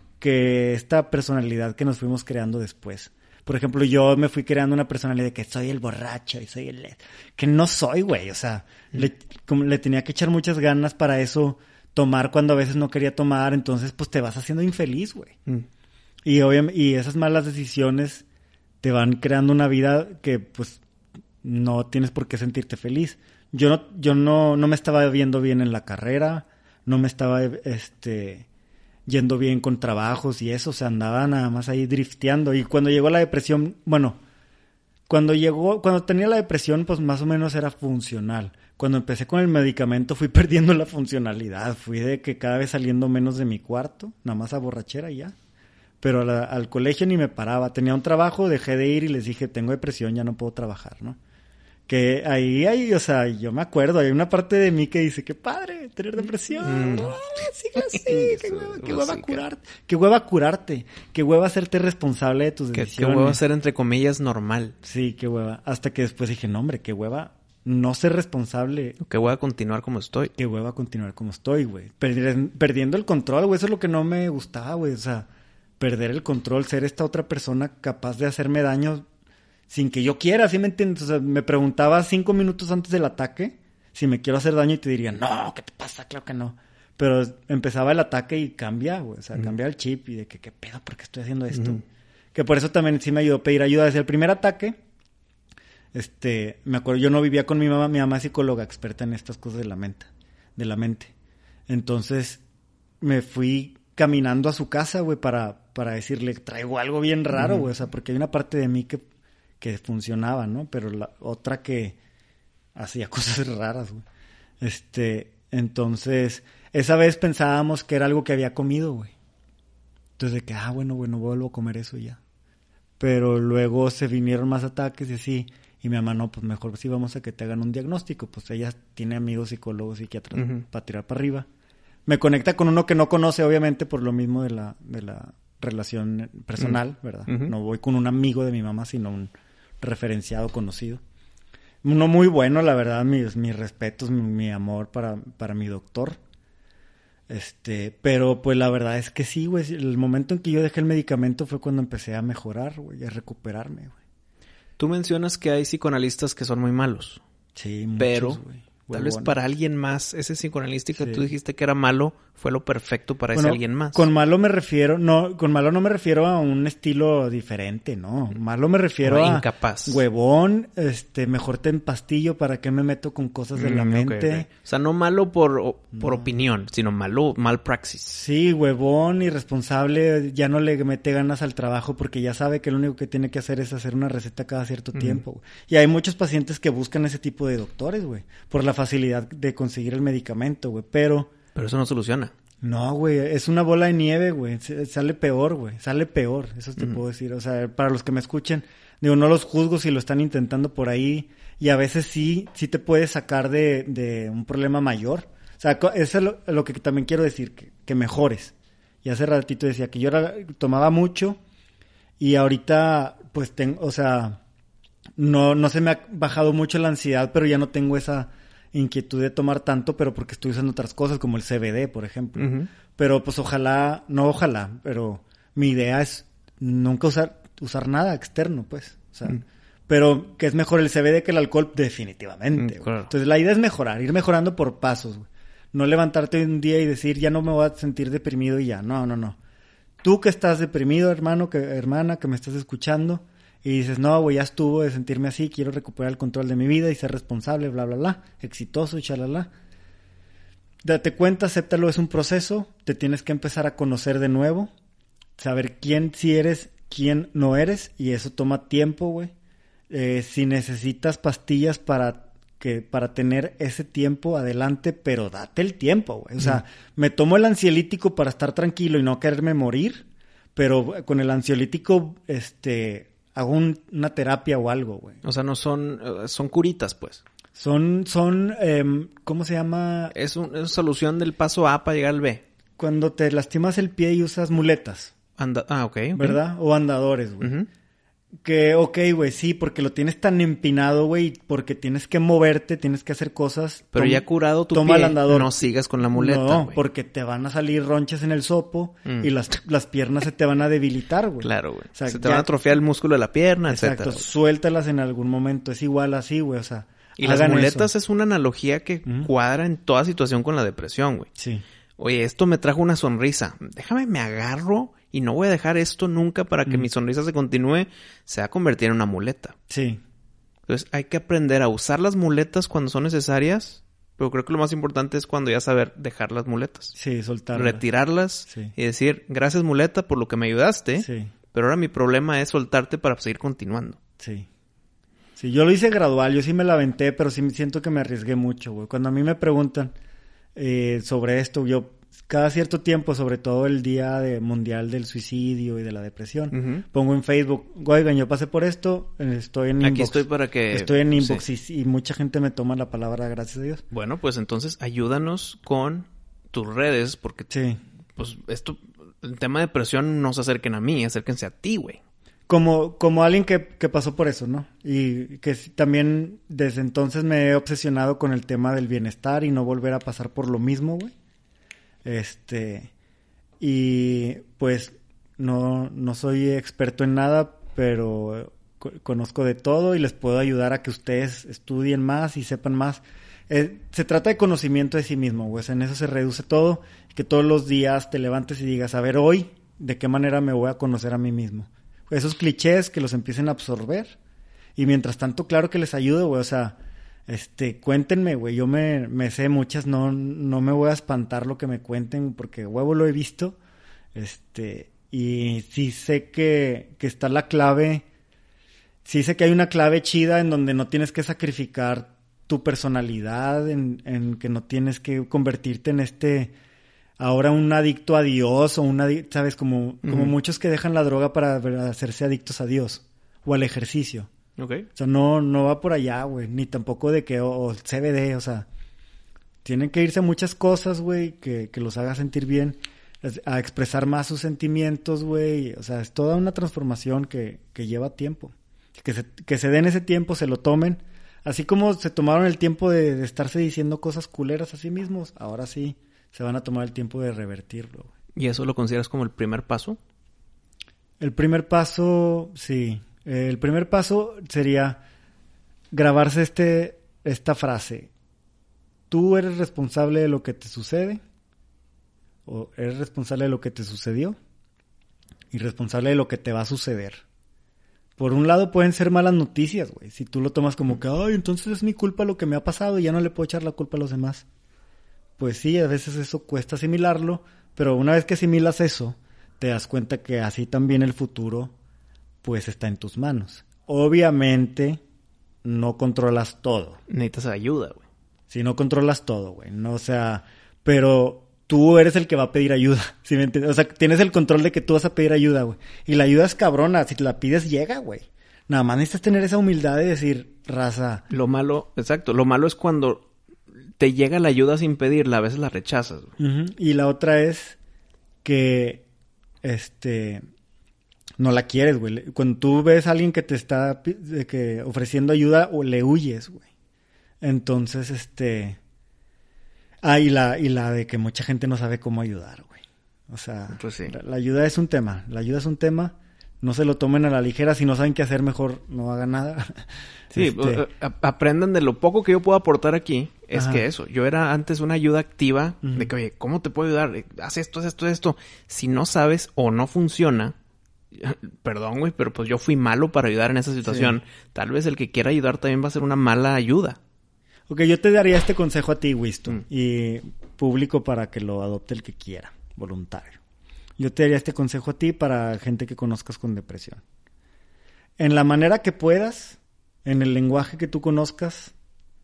Speaker 1: que esta personalidad que nos fuimos creando después. Por ejemplo, yo me fui creando una personalidad de que soy el borracho y soy el... Que no soy, güey. O sea, mm. le, como le tenía que echar muchas ganas para eso, tomar cuando a veces no quería tomar. Entonces, pues, te vas haciendo infeliz, güey. Mm. Y, obviamente, y esas malas decisiones te van creando una vida que, pues, no tienes por qué sentirte feliz. Yo no, yo no, no me estaba viendo bien en la carrera. No me estaba, este... yendo bien con trabajos y eso, o sea, andaba nada más ahí drifteando. Y cuando llegó la depresión, bueno, cuando llegó, cuando tenía la depresión, pues más o menos era funcional. Cuando empecé con el medicamento fui perdiendo la funcionalidad, fui de que cada vez saliendo menos de mi cuarto, nada más a borrachera y ya. Pero a la, al colegio ni me paraba, tenía un trabajo, dejé de ir y les dije, tengo depresión, ya no puedo trabajar, ¿no? Que ahí hay, o sea, yo me acuerdo, hay una parte de mí que dice, qué padre, tener depresión, mm. oh, sigue así, qué hueva, qué hueva curarte, qué hueva curarte, qué hueva hacerte responsable de tus decisiones.
Speaker 2: Qué hueva ser, entre comillas, normal.
Speaker 1: Sí, qué hueva, hasta que después dije, no hombre, qué hueva no ser responsable.
Speaker 2: Qué hueva continuar como estoy.
Speaker 1: Qué hueva continuar como estoy, güey. Perdi- perdiendo el control, güey, eso es lo que no me gustaba, güey, o sea, perder el control, ser esta otra persona capaz de hacerme daño sin que yo quiera, ¿sí me entiendes? O sea, me preguntaba cinco minutos antes del ataque si me quiero hacer daño y te diría, no, ¿qué te pasa? Claro que no. Pero empezaba el ataque y cambia, güey. O sea, mm. cambia el chip y de que, ¿qué pedo? ¿Por qué estoy haciendo esto? Mm. Que por eso también sí me ayudó a pedir ayuda. Desde el primer ataque, este, me acuerdo, yo no vivía con mi mamá. Mi mamá es psicóloga, experta en estas cosas de la mente. De la mente. Entonces, me fui caminando a su casa, güey, para, para decirle, traigo algo bien raro, güey. Mm. O sea, porque hay una parte de mí que... que funcionaba, ¿no? Pero la otra que hacía cosas raras, güey. Este, entonces, esa vez pensábamos que era algo que había comido, güey. Entonces, de que, ah, bueno, bueno, vuelvo a comer eso y ya. Pero luego se vinieron más ataques y así. Y mi mamá, no, pues mejor sí vamos a que te hagan un diagnóstico. Pues ella tiene amigos psicólogos, psiquiatras, uh-huh. para tirar para arriba. Me conecta con uno que no conoce, obviamente, por lo mismo de la, de la relación personal, uh-huh. ¿verdad? Uh-huh. No voy con un amigo de mi mamá, sino un referenciado conocido. Uno muy bueno, la verdad, mis, mis respetos, mi, mi amor para, para mi doctor. Este, pero pues la verdad es que sí, güey. El momento en que yo dejé el medicamento fue cuando empecé a mejorar, güey, a recuperarme, güey.
Speaker 2: Tú mencionas que hay psicoanalistas que son muy malos.
Speaker 1: Sí, muchos,
Speaker 2: pero
Speaker 1: güey.
Speaker 2: Tal vez para alguien más, ese psicoanalista que sí. tú dijiste que era malo, fue lo perfecto para bueno, ese alguien más.
Speaker 1: Con malo me refiero, no, con malo no me refiero a un estilo diferente, no. Malo me refiero
Speaker 2: no,
Speaker 1: a
Speaker 2: incapaz.
Speaker 1: Huevón, este, mejor te empastillo, ¿para qué me meto con cosas de mm, la mente?
Speaker 2: Okay, okay. O sea, no malo por, por no. opinión, sino malo, mal praxis.
Speaker 1: Sí, huevón, irresponsable, ya no le mete ganas al trabajo porque ya sabe que lo único que tiene que hacer es hacer una receta cada cierto mm. tiempo. Y hay muchos pacientes que buscan ese tipo de doctores, güey, por la facilidad de conseguir el medicamento, güey, pero...
Speaker 2: Pero eso no soluciona.
Speaker 1: No, güey, es una bola de nieve, güey, sale peor, güey, sale peor, eso te mm. puedo decir, o sea, para los que me escuchen, digo, no los juzgo si lo están intentando por ahí, y a veces sí, sí te puede sacar de, de un problema mayor, o sea, eso es lo, lo que también quiero decir, que, que mejores, y hace ratito decía que yo era, tomaba mucho, y ahorita, pues, tengo, o sea, no, no se me ha bajado mucho la ansiedad, pero ya no tengo esa... inquietud de tomar tanto, pero porque estoy usando otras cosas como el C B D, por ejemplo. Uh-huh. Pero pues ojalá, no ojalá, pero mi idea es nunca usar usar nada externo, pues. O sea, uh-huh. pero que es mejor el C B D que el alcohol, definitivamente. Uh-huh. Claro. Entonces la idea es mejorar, ir mejorando por pasos, güey. No levantarte un día y decir, ya no me voy a sentir deprimido y ya. No, no, no. Tú que estás deprimido, hermano, que hermana, que me estás escuchando, y dices, no, güey, ya estuvo de sentirme así, quiero recuperar el control de mi vida y ser responsable, bla, bla, bla, exitoso y chalala. Date cuenta, acéptalo, es un proceso, te tienes que empezar a conocer de nuevo, saber quién sí eres, quién no eres, y eso toma tiempo, güey. Eh, si necesitas pastillas para que para tener ese tiempo, adelante, pero date el tiempo, güey. O sea, mm. me tomo el ansiolítico para estar tranquilo y no quererme morir, pero con el ansiolítico, este... hago un, una terapia o algo, güey.
Speaker 2: O sea, no son... Son curitas, pues.
Speaker 1: Son... son eh, ¿cómo se llama?
Speaker 2: Es, un, es solución del paso A para llegar al B.
Speaker 1: Cuando te lastimas el pie y usas muletas.
Speaker 2: Anda, ah, ok. okay.
Speaker 1: ¿Verdad? O andadores, güey. Uh-huh. Que, ok, güey, sí, porque lo tienes tan empinado, güey, porque tienes que moverte, tienes que hacer cosas.
Speaker 2: Pero
Speaker 1: toma,
Speaker 2: ya curado tu pie, no sigas con la muleta,
Speaker 1: No,
Speaker 2: wey.
Speaker 1: Porque te van a salir ronchas en el sopo mm. y las, las piernas se te van a debilitar, güey.
Speaker 2: Claro, güey. O sea, se te ya, van a atrofiar el músculo de la pierna,
Speaker 1: exacto,
Speaker 2: etcétera.
Speaker 1: Suéltalas en algún momento, es igual así, güey, o sea.
Speaker 2: Y las muletas eso. Es una analogía que mm. cuadra en toda situación con la depresión, güey.
Speaker 1: Sí.
Speaker 2: Oye, esto me trajo una sonrisa. Déjame, me agarro y no voy a dejar esto nunca para que mm. mi sonrisa se continúe. Se va a convertir en una muleta.
Speaker 1: Sí.
Speaker 2: Entonces hay que aprender a usar las muletas cuando son necesarias. Pero creo que lo más importante es cuando ya saber dejar las muletas.
Speaker 1: Sí, soltarlas.
Speaker 2: Retirarlas
Speaker 1: sí.
Speaker 2: y decir, gracias muleta por lo que me ayudaste.
Speaker 1: Sí.
Speaker 2: Pero ahora mi problema es soltarte para seguir continuando.
Speaker 1: Sí. Sí, yo lo hice gradual. Yo sí me la aventé, pero sí siento que me arriesgué mucho, güey. Cuando a mí me preguntan... Eh, sobre esto, yo cada cierto tiempo, sobre todo el día de mundial del suicidio y de la depresión, uh-huh. pongo en Facebook, oigan, yo pasé por esto, estoy en inbox.
Speaker 2: Aquí estoy para que...
Speaker 1: Estoy en inbox sí. y, y mucha gente me toma la palabra, gracias a Dios.
Speaker 2: Bueno, pues entonces ayúdanos con tus redes, porque
Speaker 1: sí.
Speaker 2: pues esto, el tema de depresión no se acerquen a mí, acérquense a ti, güey.
Speaker 1: Como, como alguien que, que pasó por eso, ¿no? Y que también desde entonces me he obsesionado con el tema del bienestar y no volver a pasar por lo mismo, güey. Este... Y pues no, no soy experto en nada, pero co- conozco de todo y les puedo ayudar a que ustedes estudien más y sepan más. Eh, se trata de conocimiento de sí mismo, güey. O sea, en eso se reduce todo. Que todos los días te levantes y digas, a ver, hoy, ¿de qué manera me voy a conocer a mí mismo? Esos clichés que los empiecen a absorber. Y mientras tanto, claro que les ayudo, güey. O sea, este, cuéntenme, güey. Yo me, me sé muchas, no, no me voy a espantar lo que me cuenten, porque huevo lo he visto. Este, y sí sé que, que está la clave. Sí sé que hay una clave chida en donde no tienes que sacrificar tu personalidad, en, en que no tienes que convertirte en este, ahora un adicto a Dios o un adicto, ¿sabes? Como, uh-huh. como muchos que dejan la droga para hacerse adictos a Dios o al ejercicio.
Speaker 2: Okay.
Speaker 1: O sea, no, no va por allá, güey, ni tampoco de que, o, o C B D, o sea, tienen que irse a muchas cosas, güey, que, que los haga sentir bien, a expresar más sus sentimientos, güey, o sea, es toda una transformación que, que lleva tiempo. Que se, que se den ese tiempo, se lo tomen, así como se tomaron el tiempo de, de estarse diciendo cosas culeras a sí mismos, ahora sí se van a tomar el tiempo de revertirlo.
Speaker 2: ¿Y eso lo consideras como el primer paso?
Speaker 1: El primer paso, sí. Eh, el primer paso sería grabarse este, esta frase. Tú eres responsable de lo que te sucede, o eres responsable de lo que te sucedió, y responsable de lo que te va a suceder. Por un lado pueden ser malas noticias, güey. Si tú lo tomas como que, ay, entonces es mi culpa lo que me ha pasado y ya no le puedo echar la culpa a los demás. Pues sí, a veces eso cuesta asimilarlo, pero una vez que asimilas eso, te das cuenta que así también el futuro, pues está en tus manos. Obviamente, no controlas todo.
Speaker 2: Necesitas ayuda, güey.
Speaker 1: Sí, no controlas todo, güey. No, o sea, pero tú eres el que va a pedir ayuda, ¿sí me entiendes? O sea, tienes el control de que tú vas a pedir ayuda, güey. Y la ayuda es cabrona, si te la pides, llega, güey. Nada más necesitas tener esa humildad de decir, raza.
Speaker 2: Lo malo, exacto, lo malo es cuando te llega la ayuda sin pedirla, a veces la rechazas, güey.
Speaker 1: Uh-huh. Y la otra es que, este, no la quieres, güey. Cuando tú ves a alguien que te está de que, ofreciendo ayuda, o le huyes, güey. Entonces, este... Ah, y la, y la de que mucha gente no sabe cómo ayudar, güey. O sea,
Speaker 2: pues sí.
Speaker 1: la, la ayuda es un tema. La ayuda es un tema. No se lo tomen a la ligera. Si no saben qué hacer, mejor no hagan nada.
Speaker 2: Sí, este... aprendan de lo poco que yo puedo aportar aquí. Es
Speaker 1: Ajá.
Speaker 2: que eso, yo era antes una ayuda activa
Speaker 1: uh-huh.
Speaker 2: de que, oye, ¿cómo te puedo ayudar? Haz esto, haz esto, haz esto. Si no sabes o no funciona, perdón, güey, pero pues yo fui malo para ayudar en esa situación. Sí. Tal vez el que quiera ayudar también va a ser una mala ayuda.
Speaker 1: Ok, yo te daría este consejo a ti, Winston,
Speaker 2: mm.
Speaker 1: y público para que lo adopte el que quiera, voluntario. Yo te daría este consejo a ti para gente que conozcas con depresión. En la manera que puedas, en el lenguaje que tú conozcas,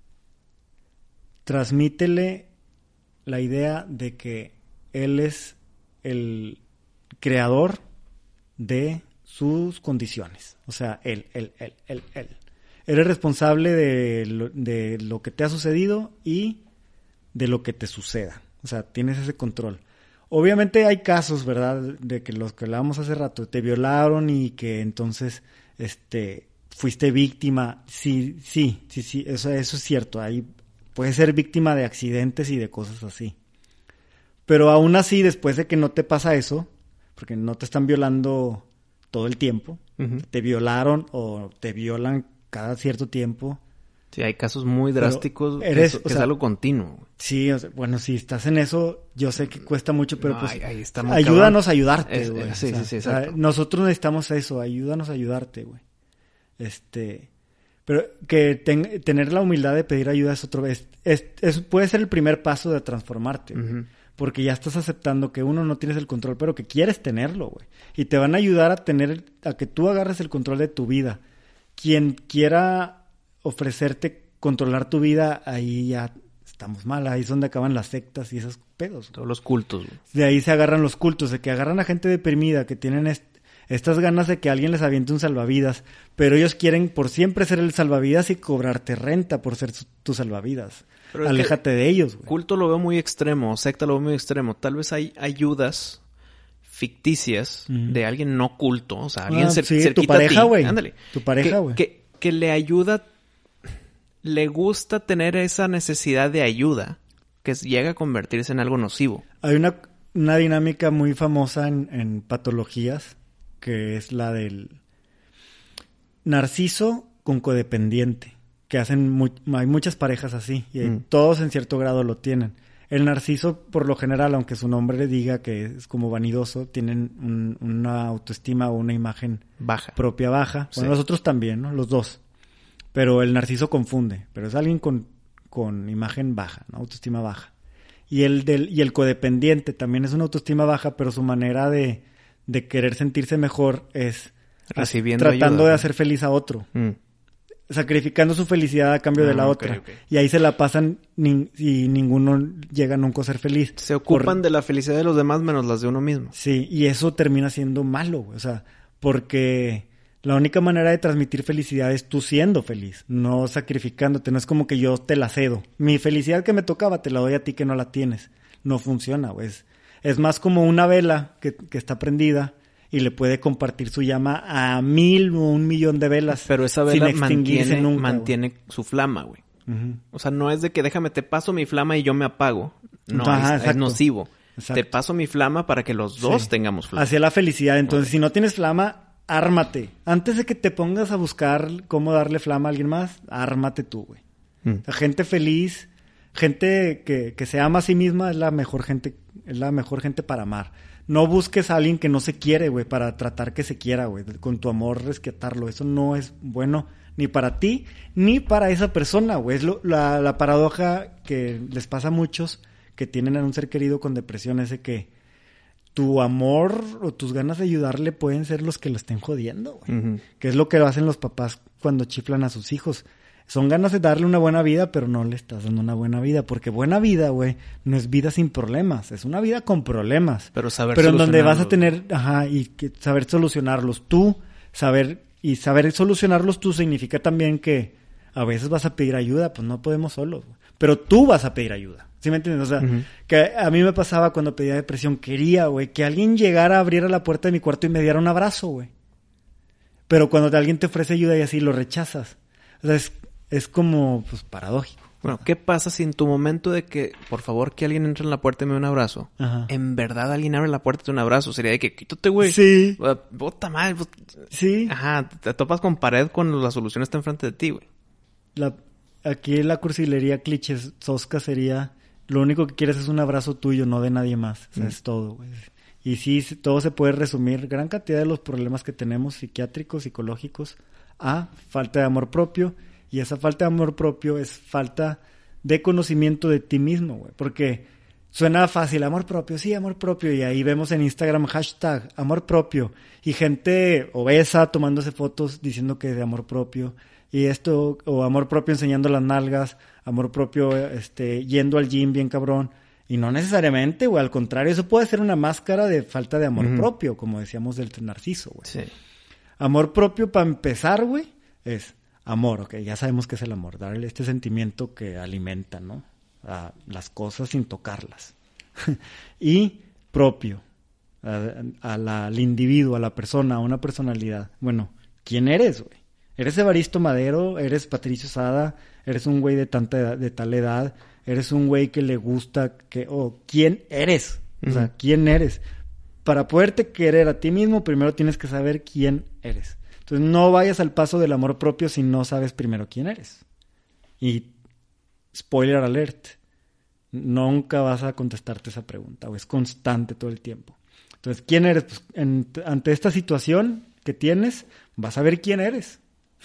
Speaker 1: transmítele la idea de que él es el creador de sus condiciones. O sea, él, él, él, él, él. Eres responsable de lo, de lo que te ha sucedido y de lo que te suceda. O sea, tienes ese control. Obviamente hay casos, ¿verdad? De que los que hablábamos hace rato, te violaron y que entonces este, fuiste víctima. Sí, sí, sí, sí, eso, eso es cierto. Ahí puedes ser víctima de accidentes y de cosas así. Pero aún así, después de que no te pasa eso, porque no te están violando todo el tiempo, uh-huh. te violaron o te violan cada cierto tiempo.
Speaker 2: Sí, hay casos muy drásticos
Speaker 1: eres,
Speaker 2: que, es,
Speaker 1: o
Speaker 2: que
Speaker 1: sea,
Speaker 2: es algo continuo.
Speaker 1: Sí, o sea, bueno, si estás en eso, yo sé que cuesta mucho, pero
Speaker 2: no,
Speaker 1: pues
Speaker 2: ahí, ahí está muy
Speaker 1: ayúdanos
Speaker 2: cabrón.
Speaker 1: a ayudarte,
Speaker 2: es,
Speaker 1: güey.
Speaker 2: Es, sí,
Speaker 1: o sea,
Speaker 2: sí, sí, exacto.
Speaker 1: O sea, nosotros necesitamos eso, ayúdanos a ayudarte, güey. Este, pero que ten, tener la humildad de pedir ayuda es otro, es, es, es puede ser el primer paso de transformarte, uh-huh. porque ya estás aceptando que uno no tienes el control, pero que quieres tenerlo, güey. Y te van a ayudar a tener, a que tú agarres el control de tu vida. Quien quiera ofrecerte controlar tu vida, ahí ya estamos mal, ahí es donde acaban las sectas y esos pedos.
Speaker 2: Todos los cultos, güey.
Speaker 1: De ahí se agarran los cultos, de que agarran a gente deprimida, que tienen est- estas ganas de que alguien les aviente un salvavidas, pero ellos quieren por siempre ser el salvavidas y cobrarte renta por ser su- tu salvavidas. Pero aléjate de ellos, güey.
Speaker 2: Culto lo veo muy extremo, secta lo veo muy extremo. Tal vez hay ayudas ficticias mm. de alguien no culto, o sea, alguien
Speaker 1: ah,
Speaker 2: cer-
Speaker 1: sí,
Speaker 2: cerquita
Speaker 1: tu pareja, güey.
Speaker 2: Ándale.
Speaker 1: Tu pareja, güey.
Speaker 2: Que, que, que le ayuda, le gusta tener esa necesidad de ayuda que llega a convertirse en algo nocivo.
Speaker 1: Hay una, una dinámica muy famosa en, en patologías, que es la del narciso con codependiente, que hacen muy, hay muchas parejas así, y mm. todos en cierto grado lo tienen. El narciso, por lo general, aunque su nombre le diga que es como vanidoso, tienen un, una autoestima o una imagen
Speaker 2: baja,
Speaker 1: propia baja. Bueno, sí. Los otros también, ¿no? Los dos. Pero el narciso confunde. Pero es alguien con, con imagen baja, ¿no? Autoestima baja. Y el del y el codependiente también es una autoestima baja, pero su manera de, de querer sentirse mejor es
Speaker 2: recibiendo
Speaker 1: tratando
Speaker 2: ayuda,
Speaker 1: de
Speaker 2: ¿no?
Speaker 1: hacer feliz a otro.
Speaker 2: Mm.
Speaker 1: sacrificando su felicidad a cambio
Speaker 2: ah,
Speaker 1: de la
Speaker 2: okay,
Speaker 1: otra.
Speaker 2: Okay.
Speaker 1: Y ahí se la pasan ni- y ninguno llega nunca a ser feliz.
Speaker 2: Se ocupan
Speaker 1: Por...
Speaker 2: de la felicidad de los demás menos las de uno mismo.
Speaker 1: Sí, y eso termina siendo malo, güey. O sea, porque la única manera de transmitir felicidad es tú siendo feliz, no sacrificándote. No es como que yo te la cedo. Mi felicidad que me tocaba te la doy a ti que no la tienes. No funciona, güey. Es, es más como una vela que, que está prendida y le puede compartir su llama a mil o un millón de velas.
Speaker 2: Pero esa vela
Speaker 1: sin extinguirse
Speaker 2: mantiene,
Speaker 1: nunca,
Speaker 2: mantiene su flama, güey.
Speaker 1: Uh-huh.
Speaker 2: O sea, no es de que déjame, te paso mi flama y yo me apago. No,
Speaker 1: Ajá,
Speaker 2: es, es nocivo.
Speaker 1: Exacto.
Speaker 2: Te paso mi flama para que los dos sí. tengamos flama.
Speaker 1: Hacia la felicidad. Entonces,
Speaker 2: okay.
Speaker 1: si no tienes flama, ármate. Antes de que te pongas a buscar cómo darle flama a alguien más, ármate tú, güey. Mm. La gente feliz, gente que, que se ama a sí misma es la mejor gente, es la mejor gente para amar. No busques a alguien que no se quiere, güey, para tratar que se quiera, güey. Con tu amor rescatarlo. Eso no es bueno ni para ti, ni para esa persona, güey. Es lo, la, la paradoja que les pasa a muchos que tienen a un ser querido con depresión, es de que tu amor o tus ganas de ayudarle pueden ser los que lo estén jodiendo, güey. Uh-huh. Que es lo que hacen los papás cuando chiflan a sus hijos. Son ganas de darle una buena vida, pero no le estás dando una buena vida. Porque buena vida, güey, no es vida sin problemas. Es una vida con problemas.
Speaker 2: Pero saber
Speaker 1: Pero en donde vas a tener, ajá, y que saber solucionarlos tú, saber, y saber solucionarlos tú significa también que a veces vas a pedir ayuda, pues no podemos solos, güey. Pero tú vas a pedir ayuda. ¿Sí me entiendes? O sea, uh-huh. que a mí me pasaba cuando pedía depresión. Quería, güey, que alguien llegara, abriera la puerta de mi cuarto y me diera un abrazo, güey. Pero cuando alguien te ofrece ayuda y así lo rechazas. O sea, es, es como, pues, paradójico.
Speaker 2: Bueno, ¿qué pasa si en tu momento de que, por favor, que alguien entre en la puerta y me dé un abrazo,
Speaker 1: ajá.
Speaker 2: en verdad alguien abre la puerta y te da un abrazo? Sería de que, quítate, güey.
Speaker 1: Sí.
Speaker 2: Bota mal. Bot...
Speaker 1: Sí.
Speaker 2: Ajá, te topas con pared cuando la solución está enfrente de ti, güey.
Speaker 1: La, aquí la cursilería clichés sosca sería... Lo único que quieres es un abrazo tuyo, no de nadie más. O sea, mm. es todo, güey. Y sí, todo se puede resumir, gran cantidad de los problemas que tenemos, psiquiátricos, psicológicos, a falta de amor propio. Y esa falta de amor propio es falta de conocimiento de ti mismo, güey. Porque suena fácil, amor propio, sí, amor propio. Y ahí vemos en Instagram hashtag amor propio. Y gente obesa tomándose fotos diciendo que es de amor propio. Y esto, o amor propio enseñando las nalgas, amor propio este yendo al gym bien cabrón. Y no necesariamente, güey, al contrario, eso puede ser una máscara de falta de amor uh-huh. propio, como decíamos del narciso, güey.
Speaker 2: Sí.
Speaker 1: Amor propio, para empezar, güey, es amor, ok, ya sabemos qué es el amor, darle este sentimiento que alimenta, ¿no? A las cosas sin tocarlas. Y propio, a, a la, al individuo, a la persona, a una personalidad. Bueno, ¿quién eres, güey? ¿Eres Evaristo Madero? ¿Eres Patricio Sada? ¿Eres un güey de tanta edad, de tal edad? ¿Eres un güey que le gusta que... o oh, ¿quién eres? Uh-huh. O sea, ¿quién eres? Para poderte querer a ti mismo, primero tienes que saber quién eres. Entonces, no vayas al paso del amor propio si no sabes primero quién eres. Y, spoiler alert, nunca vas a contestarte esa pregunta, o es constante todo el tiempo. Entonces, ¿quién eres? Pues, en, ante esta situación que tienes, vas a ver quién eres.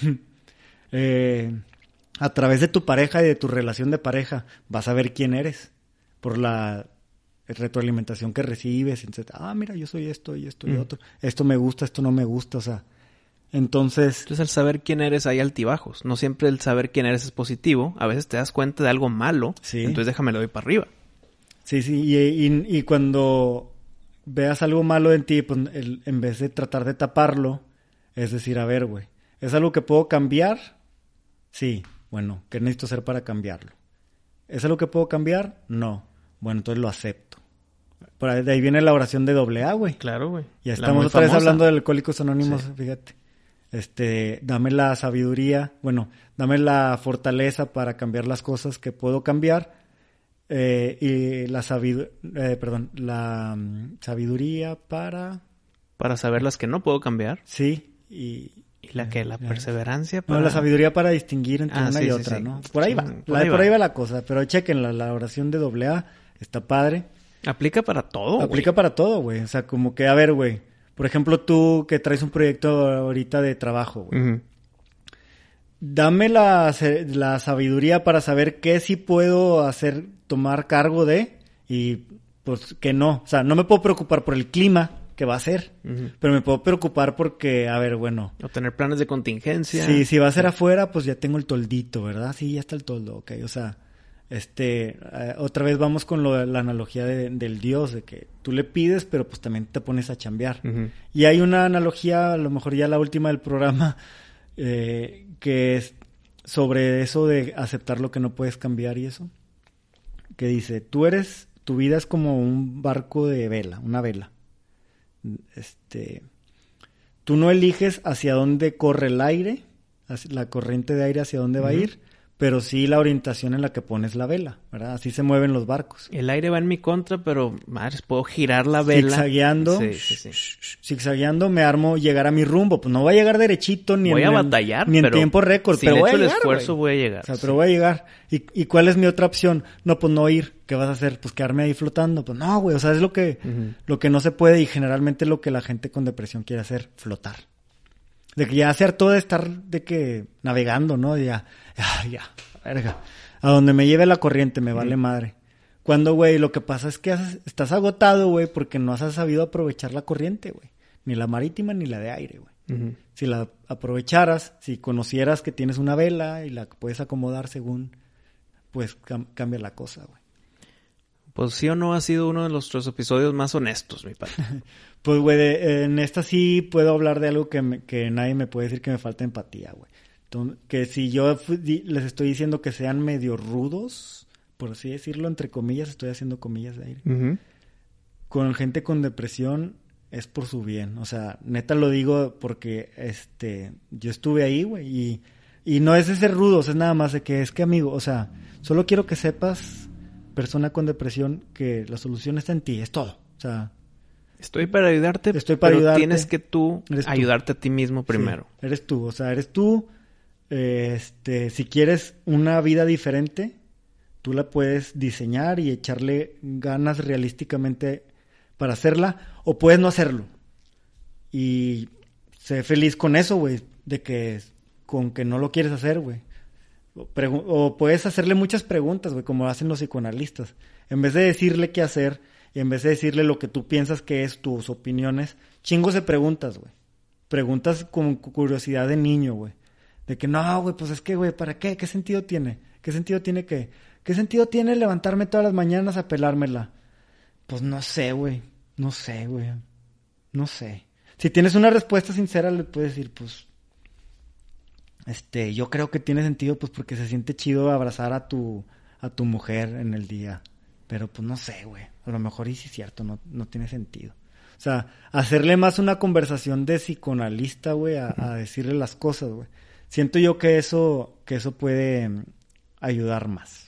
Speaker 1: eh, a través de tu pareja y de tu relación de pareja vas a ver quién eres por la retroalimentación que recibes, etcétera. Ah, mira, yo soy esto y esto y mm. otro, esto me gusta, esto no me gusta, o sea, entonces...
Speaker 2: Entonces el saber quién eres hay altibajos, no siempre el saber quién eres es positivo, a veces te das cuenta de algo malo,
Speaker 1: sí.
Speaker 2: Entonces déjame lo doy para arriba.
Speaker 1: Sí, sí, y, y, y cuando veas algo malo en ti, pues el, en vez de tratar de taparlo, es decir, a ver, güey, ¿es algo que puedo cambiar? Sí. Bueno, ¿qué necesito hacer para cambiarlo? ¿Es algo que puedo cambiar? No. Bueno, entonces lo acepto. Por ahí, de ahí viene la oración de doble A, güey.
Speaker 2: Claro, güey.
Speaker 1: Ya estamos otra vez hablando de Alcohólicos Anónimos, sí. Fíjate. Este, dame la sabiduría, bueno, dame la fortaleza para cambiar las cosas que puedo cambiar. Eh, y la sabiduría, eh, perdón, la um, sabiduría para...
Speaker 2: Para saber las que no puedo cambiar.
Speaker 1: Sí, y...
Speaker 2: ¿Y la que? ¿La perseverancia? Para...
Speaker 1: No, la sabiduría para distinguir entre
Speaker 2: ah,
Speaker 1: una
Speaker 2: sí,
Speaker 1: y
Speaker 2: sí,
Speaker 1: otra,
Speaker 2: sí.
Speaker 1: ¿no? Por ahí
Speaker 2: sí,
Speaker 1: va.
Speaker 2: Por,
Speaker 1: la,
Speaker 2: ahí,
Speaker 1: por
Speaker 2: va.
Speaker 1: ahí va la cosa. Pero chequen, la, la oración de doble A está padre.
Speaker 2: Aplica para todo,
Speaker 1: Aplica
Speaker 2: güey.
Speaker 1: para todo, güey. O sea, como que, a ver, güey. Por ejemplo, tú que traes un proyecto ahorita de trabajo, güey. Uh-huh. Dame la, la sabiduría para saber qué sí puedo hacer, tomar cargo de y pues que no. O sea, no me puedo preocupar por el clima que va a ser.
Speaker 2: Uh-huh.
Speaker 1: Pero me puedo preocupar porque, a ver, bueno...
Speaker 2: O tener planes de contingencia.
Speaker 1: Sí, si va a ser afuera, pues ya tengo el toldito, ¿verdad? Sí, ya está el toldo, ok. O sea, este... Eh, otra vez vamos con lo, la analogía de, del Dios, de que tú le pides, pero pues también te pones a chambear.
Speaker 2: Uh-huh.
Speaker 1: Y hay una analogía, a lo mejor ya la última del programa, eh, que es sobre eso de aceptar lo que no puedes cambiar y eso. Que dice, tú eres... Tu vida es como un barco de vela, una vela. Este, tú no eliges hacia dónde corre el aire, la corriente de aire hacia dónde va uh-huh. a ir, pero sí la orientación en la que pones la vela, ¿verdad? Así se mueven los barcos.
Speaker 2: El aire va en mi contra, pero, madres, puedo girar la vela.
Speaker 1: Zigzagueando,
Speaker 2: sí, sí, sí.
Speaker 1: zigzagueando me armo llegar a mi rumbo. Pues no voy a llegar derechito ni
Speaker 2: voy
Speaker 1: en...
Speaker 2: Voy a batallar,
Speaker 1: ni en
Speaker 2: pero
Speaker 1: tiempo récord,
Speaker 2: si
Speaker 1: pero
Speaker 2: le
Speaker 1: voy
Speaker 2: echo
Speaker 1: a llegar,
Speaker 2: el esfuerzo,
Speaker 1: wey.
Speaker 2: voy a llegar.
Speaker 1: O sea,
Speaker 2: sí.
Speaker 1: pero voy a llegar. ¿Y, ¿Y cuál es mi otra opción? No, pues no ir. ¿Qué vas a hacer? Pues quedarme ahí flotando. Pues no, güey. O sea, es lo que, uh-huh. lo que no se puede y generalmente lo que la gente con depresión quiere hacer, flotar. De que ya se hartó de estar de que navegando, ¿no? De ya, ya, ya, verga. A donde me lleve la corriente, me vale uh-huh. madre. Cuando, güey, lo que pasa es que haces, estás agotado, güey, porque no has sabido aprovechar la corriente, güey. Ni la marítima ni la de aire, güey. Uh-huh. Si la aprovecharas, si conocieras que tienes una vela y la puedes acomodar según, pues cam- cambia la cosa, güey.
Speaker 2: Pues sí o no ha sido uno de nuestros episodios más honestos, mi padre.
Speaker 1: Pues, güey, de, en esta sí puedo hablar de algo que, me, que nadie me puede decir que me falta empatía, güey. Entonces, que si yo fu- di, les estoy diciendo que sean medio rudos, por así decirlo, entre comillas, estoy haciendo comillas de aire.
Speaker 2: Uh-huh.
Speaker 1: Con gente con depresión es por su bien. O sea, neta lo digo porque este yo estuve ahí, güey, y, y no es de ser rudos, es nada más de que es que, amigo, o sea, solo quiero que sepas, persona con depresión, que la solución está en ti, es todo. O sea,
Speaker 2: estoy para ayudarte,
Speaker 1: estoy para
Speaker 2: pero
Speaker 1: ayudarte.
Speaker 2: Tienes que tú,
Speaker 1: Eres tú
Speaker 2: ayudarte a ti mismo primero.
Speaker 1: Sí, eres tú, o sea, eres tú. Eh, este, si quieres una vida diferente, tú la puedes diseñar y echarle ganas realísticamente para hacerla, o puedes no hacerlo. Y sé feliz con eso, güey, de que con que no lo quieres hacer, güey. O, pregu- o puedes hacerle muchas preguntas, güey, como hacen los psicoanalistas. En vez de decirle qué hacer, y en vez de decirle lo que tú piensas que es, tus opiniones, chingos de preguntas, güey. Preguntas con curiosidad de niño, güey. De que, no, güey, pues es que, güey, ¿para qué? ¿Qué sentido tiene? ¿Qué sentido tiene que? ¿Qué sentido tiene levantarme todas las mañanas a pelármela? Pues no sé, güey. No sé, güey. No sé. Si tienes una respuesta sincera, le puedes decir, pues... Este, yo creo que tiene sentido, pues, porque se siente chido abrazar a tu... a tu mujer en el día. Pero, pues, no sé, güey. A lo mejor y sí es cierto, no, no tiene sentido. O sea, hacerle más una conversación de psicoanalista, güey, a, a decirle las cosas, güey. Siento yo que eso, que eso puede um, ayudar más.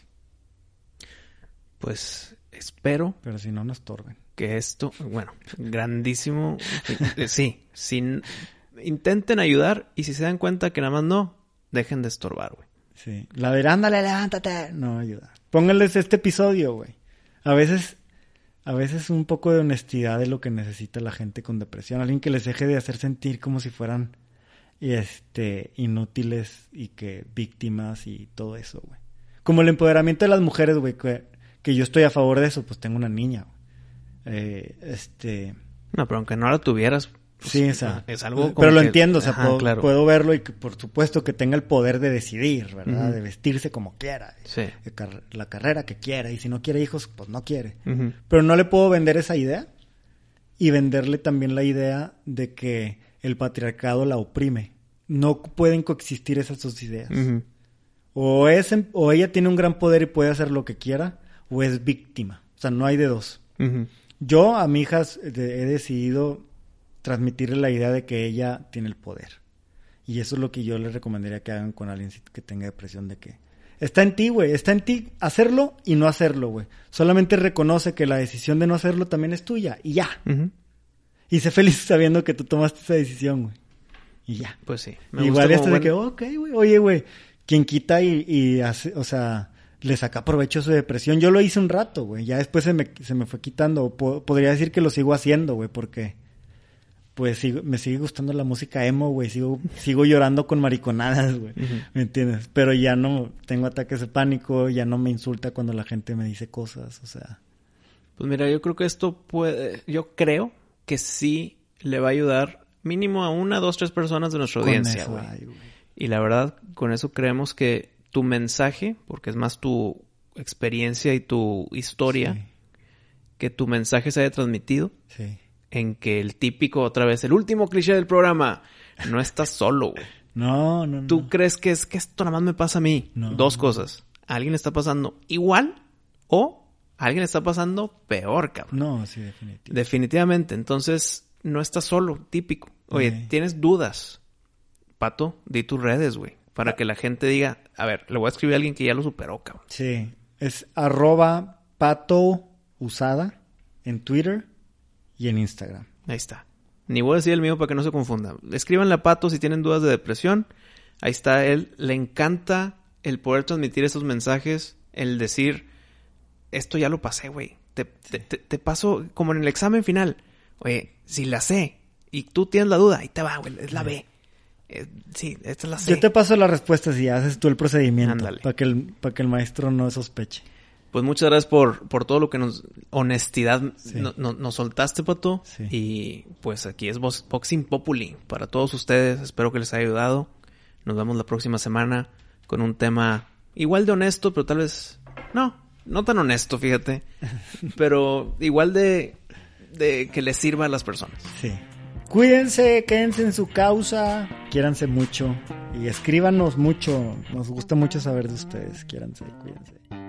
Speaker 2: Pues espero.
Speaker 1: Pero si no, no estorben.
Speaker 2: Que esto, bueno, grandísimo. Sí, sin, intenten ayudar y si se dan cuenta que nada más no, dejen de estorbar, güey.
Speaker 1: Sí, la de ándale, levántate. No ayuda. Pónganles este episodio, güey. A veces, a veces un poco de honestidad es lo que necesita la gente con depresión. Alguien que les deje de hacer sentir como si fueran y este inútiles y que víctimas y todo eso, güey. Como el empoderamiento de las mujeres, güey, que, que yo estoy a favor de eso, pues tengo una niña, güey. Eh, este...
Speaker 2: No, pero aunque no la tuvieras... Pues,
Speaker 1: sí, o sea,
Speaker 2: es algo como
Speaker 1: pero lo
Speaker 2: que...
Speaker 1: entiendo, o sea,
Speaker 2: Ajá,
Speaker 1: puedo,
Speaker 2: claro.
Speaker 1: puedo verlo y que por supuesto que tenga el poder de decidir, ¿verdad?
Speaker 2: Uh-huh.
Speaker 1: De vestirse como quiera.
Speaker 2: Sí.
Speaker 1: De car- la carrera que quiera. Y si no quiere hijos, pues no quiere.
Speaker 2: Uh-huh.
Speaker 1: Pero no le puedo vender esa idea y venderle también la idea de que el patriarcado la oprime. No pueden coexistir esas dos ideas.
Speaker 2: Uh-huh.
Speaker 1: O, es, o ella tiene un gran poder y puede hacer lo que quiera, o es víctima. O sea, no hay de dos.
Speaker 2: Uh-huh.
Speaker 1: Yo a mi hija he decidido transmitirle la idea de que ella tiene el poder. Y eso es lo que yo les recomendaría que hagan con alguien que tenga depresión, de que está en ti, güey, está en ti hacerlo y no hacerlo, güey. Solamente reconoce que la decisión de no hacerlo también es tuya y ya.
Speaker 2: Uh-huh.
Speaker 1: Y sé feliz sabiendo que tú tomaste esa decisión, güey. Y ya.
Speaker 2: Pues sí. Me
Speaker 1: Igual
Speaker 2: gusta
Speaker 1: esto
Speaker 2: como
Speaker 1: de
Speaker 2: buen...
Speaker 1: que, ok, güey, oye, güey, quien quita y, y hace, o sea, le saca provecho a su depresión. Yo lo hice un rato, güey, ya después se me, se me fue quitando. Po- podría decir que lo sigo haciendo, güey, porque pues sigo, me sigue gustando la música emo, güey, sigo, sigo llorando con mariconadas, güey, uh-huh. ¿Me entiendes? Pero ya no tengo ataques de pánico, ya no me insulta cuando la gente me dice cosas, o sea.
Speaker 2: Pues mira, yo creo que esto puede, yo creo que sí le va a ayudar mínimo a una, dos, tres personas de nuestra
Speaker 1: Con
Speaker 2: audiencia,
Speaker 1: eso,
Speaker 2: güey.
Speaker 1: ay, güey.
Speaker 2: Y la verdad, con eso creemos que tu mensaje, porque es más tu experiencia y tu historia,
Speaker 1: Sí.
Speaker 2: que tu mensaje se haya transmitido
Speaker 1: Sí.
Speaker 2: en que el típico, otra vez, el último cliché del programa, no estás solo, güey.
Speaker 1: No, no, no.
Speaker 2: ¿Tú crees que es que esto nada más me pasa a mí?
Speaker 1: No.
Speaker 2: Dos cosas. ¿A alguien le está pasando igual o a alguien le está pasando peor, cabrón?
Speaker 1: No, sí, definitivamente.
Speaker 2: Definitivamente. Entonces, no estás solo, típico. Oye,
Speaker 1: Sí.
Speaker 2: ¿tienes dudas? Pato, di tus redes, güey. Para que la gente diga, a ver, le voy a escribir a alguien que ya lo superó, cabrón.
Speaker 1: Sí. Es arroba pato usada en Twitter y en Instagram.
Speaker 2: Ahí está. Ni voy a decir el mío para que no se confunda. Escríbanle a Pato si tienen dudas de depresión. Ahí está él. Le encanta el poder transmitir esos mensajes. El decir, esto ya lo pasé, güey. Te, te, te, te paso como en el examen final. Oye, si la sé y tú tienes la duda, ahí te va, güey. Es la B. Eh, sí, esta es la C.
Speaker 1: Yo te paso las respuestas y haces tú el procedimiento.
Speaker 2: Ándale.
Speaker 1: Para que el, para que el maestro no sospeche.
Speaker 2: Pues muchas gracias por, por todo lo que nos... Honestidad
Speaker 1: Sí.
Speaker 2: no, no- nos soltaste, Pato.
Speaker 1: Sí.
Speaker 2: Y pues aquí es Box- Boxing Populi para todos ustedes. Espero que les haya ayudado. Nos vemos la próxima semana con un tema igual de honesto, pero tal vez... No, no tan honesto, fíjate. Pero igual de, de que les sirva a las personas.
Speaker 1: Sí. Cuídense, quédense en su causa, quiéranse mucho y escríbanos mucho. Nos gusta mucho saber de ustedes. Quiéranse, cuídense.